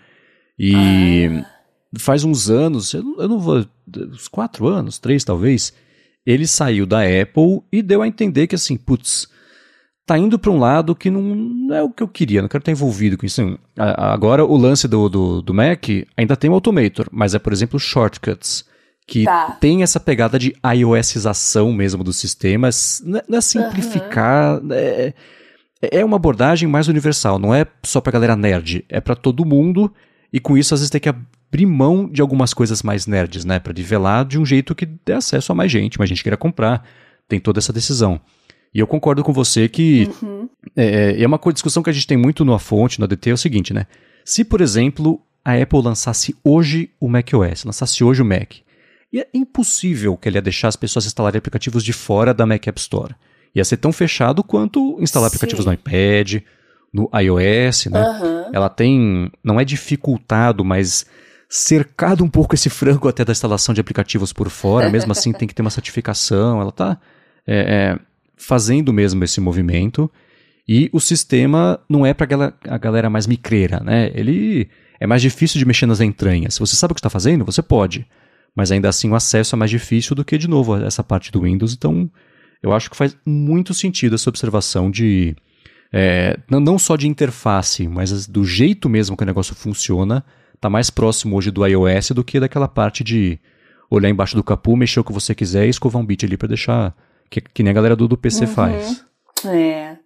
E ah. faz uns anos, eu não, eu não vou... uns quatro anos, três talvez, ele saiu da Apple e deu a entender que assim, putz, tá indo para um lado que não é o que eu queria, não quero estar envolvido com isso. Agora, o lance do, do, do Mac ainda tem o Automator, mas é, por exemplo, o Shortcuts, que tá. tem essa pegada de iOSização mesmo dos sistemas, não é simplificar, uhum. é, é uma abordagem mais universal, não é só pra galera nerd, é para todo mundo, e com isso às vezes tem que abrir mão de algumas coisas mais nerds, né, para nivelar de um jeito que dê acesso a mais gente, mais gente queira comprar, tem toda essa decisão. E eu concordo com você que uhum. é, é uma discussão que a gente tem muito no A Fonte, no A D T, é o seguinte, né? Se, por exemplo, a Apple lançasse hoje o macOS, lançasse hoje o Mac, é impossível que ele ia deixar as pessoas instalarem aplicativos de fora da Mac App Store. Ia ser tão fechado quanto instalar Sim. aplicativos no iPad, no iOS, né? Uhum. Ela tem, não é dificultado, mas cercado um pouco esse frango até da instalação de aplicativos por fora, mesmo assim tem que ter uma certificação, ela tá... É, é, fazendo mesmo esse movimento, e o sistema não é para a galera mais micreira, né? Ele é mais difícil de mexer nas entranhas. Se você sabe o que está fazendo, você pode, mas ainda assim o acesso é mais difícil do que, de novo, essa parte do Windows. Então, eu acho que faz muito sentido essa observação de, é, não só de interface, mas do jeito mesmo que o negócio funciona, está mais próximo hoje do iOS do que daquela parte de olhar embaixo do capô, mexer o que você quiser e escovar um bit ali para deixar... Que, que nem a galera do, do P C uhum. faz. É.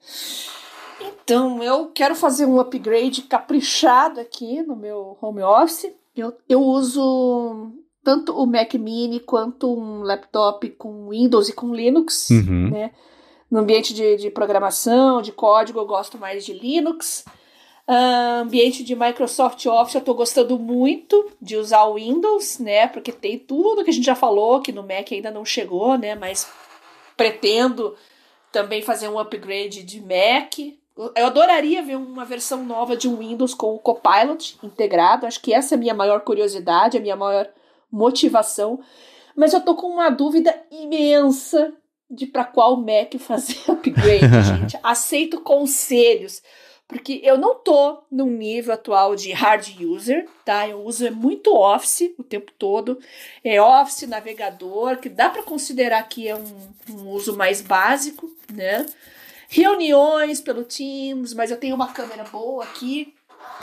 Então, eu quero fazer um upgrade caprichado aqui no meu home office. Eu, eu uso tanto o Mac Mini quanto um laptop com Windows e com Linux. Uhum. Né? No ambiente de, de programação, de código, eu gosto mais de Linux. Uh, ambiente de Microsoft Office, eu estou gostando muito de usar o Windows, né? Porque tem tudo que a gente já falou, que no Mac ainda não chegou, né? Mas... pretendo também fazer um upgrade de Mac. Eu adoraria ver uma versão nova de um Windows com o Copilot integrado. Acho que essa é a minha maior curiosidade, a minha maior motivação. Mas eu tô com uma dúvida imensa de para qual Mac fazer upgrade, gente. Aceito conselhos, porque eu não tô num nível atual de hard user, tá? Eu uso é muito Office o tempo todo. É Office, navegador, que dá para considerar que é um, um uso mais básico, né? Reuniões pelo Teams, mas eu tenho uma câmera boa aqui,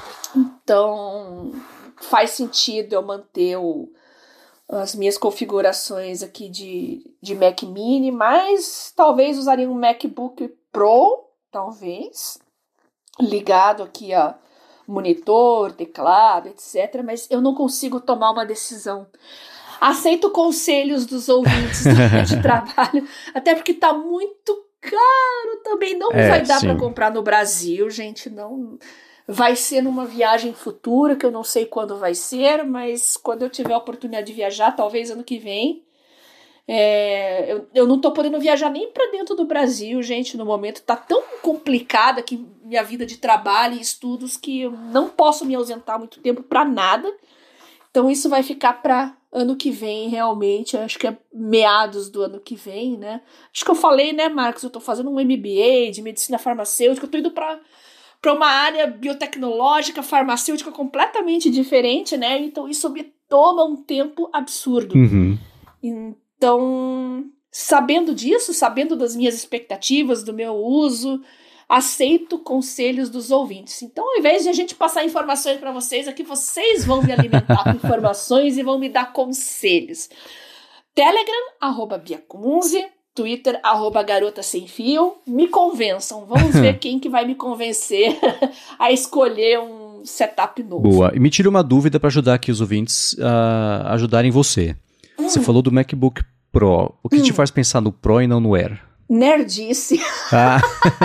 então faz sentido eu manter o, as minhas configurações aqui de, de Mac Mini, mas talvez usaria um MacBook Pro, talvez, ligado aqui a monitor, teclado, etcétera, mas eu não consigo tomar uma decisão. Aceito conselhos dos ouvintes do de trabalho, até porque está muito caro também. Não é, vai dar sim. para comprar no Brasil, gente. Não vai ser numa viagem futura, que eu não sei quando vai ser, mas quando eu tiver a oportunidade de viajar, talvez ano que vem. É, eu, eu não tô podendo viajar nem para dentro do Brasil, gente, no momento. Tá tão complicada aqui minha vida de trabalho e estudos que eu não posso me ausentar muito tempo para nada. Então isso vai ficar para ano que vem, realmente. Acho que é meados do ano que vem, né? Acho que eu falei, né, Marcos? Eu tô fazendo um M B A de medicina farmacêutica. Eu tô indo para para uma área biotecnológica, farmacêutica completamente diferente, né? Então isso me toma um tempo absurdo. Uhum. Então, sabendo disso, sabendo das minhas expectativas, do meu uso, aceito conselhos dos ouvintes. Então, ao invés de a gente passar informações para vocês, aqui vocês vão me alimentar com informações e vão me dar conselhos. Telegram, arroba Biacunze, Twitter, arroba Garota Sem Fio. Me convençam. Vamos ver quem que vai me convencer a escolher um setup novo. Boa. E me tira uma dúvida para ajudar aqui os ouvintes a ajudarem você. Hum. Você falou do MacBook Pro. O que hum. te faz pensar no Pro e não no Air? Nerdice. Ah.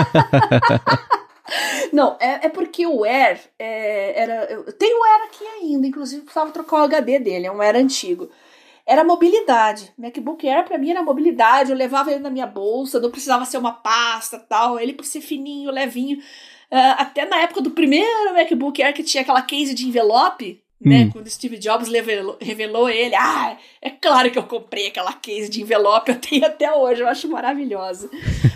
Não, é, é porque o Air é, era... Eu tenho o Air aqui ainda, inclusive precisava trocar o H D dele, é um Air antigo. Era mobilidade. MacBook Air pra mim era mobilidade, eu levava ele na minha bolsa, não precisava ser uma pasta tal, ele por ser fininho, levinho. Uh, até na época do primeiro MacBook Air que tinha aquela case de envelope, né, hum. quando Steve Jobs revelou, revelou ele, ah, é claro que eu comprei aquela case de envelope, eu tenho até hoje, eu acho maravilhosa.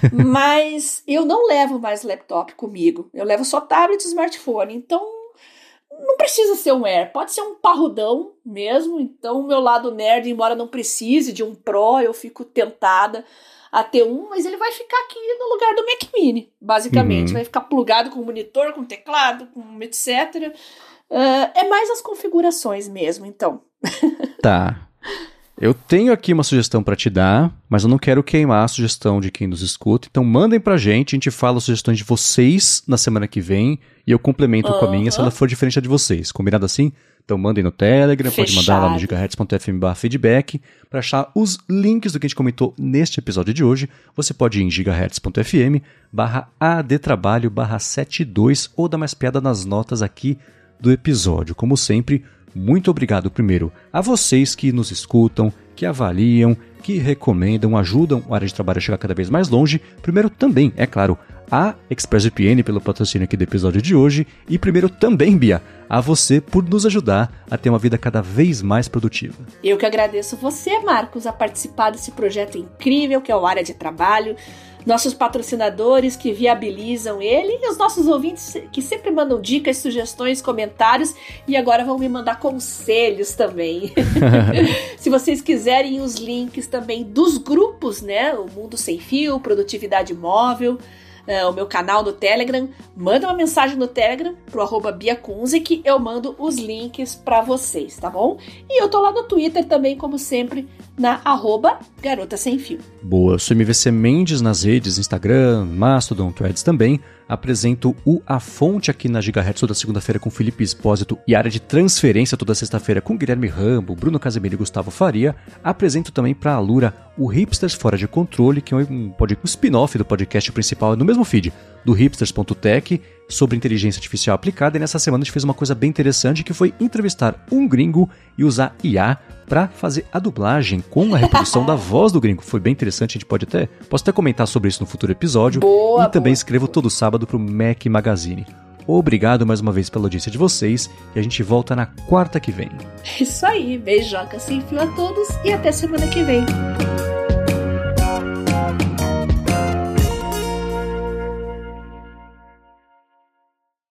Mas eu não levo mais laptop comigo, eu levo só tablet e smartphone, então não precisa ser um Air, pode ser um parrudão mesmo. Então o meu lado nerd, embora não precise de um Pro, eu fico tentada a ter um, mas ele vai ficar aqui no lugar do Mac Mini, basicamente, uhum. vai ficar plugado com monitor, com teclado, com etcétera. Uh, é mais as configurações mesmo, então. Tá. Eu tenho aqui uma sugestão para te dar, mas eu não quero queimar a sugestão de quem nos escuta. Então mandem pra gente, a gente fala as sugestões de vocês na semana que vem e eu complemento uhum. com a minha se ela for diferente da de vocês. Combinado assim? Então mandem no Telegram, Fechado. Pode mandar lá no gigahertz ponto f m barra feedback. Para achar os links do que a gente comentou neste episódio de hoje, você pode ir em gigahertz ponto f m barra adtrabalho barra setenta e dois ou dar mais piada nas notas aqui do episódio. Como sempre, muito obrigado primeiro a vocês que nos escutam, que avaliam, que recomendam, ajudam a área de trabalho a chegar cada vez mais longe. Primeiro também, é claro, a ExpressVPN pelo patrocínio aqui do episódio de hoje. E primeiro também, Bia, a você por nos ajudar a ter uma vida cada vez mais produtiva. Eu que agradeço você, Marcos, a participar desse projeto incrível que é o Área de Trabalho. Nossos patrocinadores que viabilizam ele e os nossos ouvintes que sempre mandam dicas, sugestões, comentários e agora vão me mandar conselhos também. Se vocês quiserem os links também dos grupos, né? O Mundo Sem Fio, Produtividade Móvel, uh, o meu canal no Telegram, manda uma mensagem no Telegram pro arroba Biacunze que eu mando os links pra vocês, tá bom? E eu tô lá no Twitter também, como sempre, na arroba Garota Sem Fio. Boa, sou M V C Mendes nas redes, Instagram, Mastodon, Threads também. Apresento o A Fonte aqui na Gigahertz toda segunda-feira com Felipe Espósito e Área de Transferência toda sexta-feira com Guilherme Rambo, Bruno Casemiro e Gustavo Faria. Apresento também para a Alura o Hipsters Fora de Controle, que é um, um spin-off do podcast principal no mesmo feed do hipsters ponto tech sobre inteligência artificial aplicada. E nessa semana a gente fez uma coisa bem interessante que foi entrevistar um gringo e usar I A para fazer a dublagem com a reprodução da voz do gringo. Foi bem interessante, a gente pode até, posso até comentar sobre isso no futuro episódio. Boa, e também boa. escrevo todo sábado pro Mac Magazine. Obrigado mais uma vez pela audiência de vocês e a gente volta na quarta que vem. Isso aí, beijoca sem fio a todos e até semana que vem.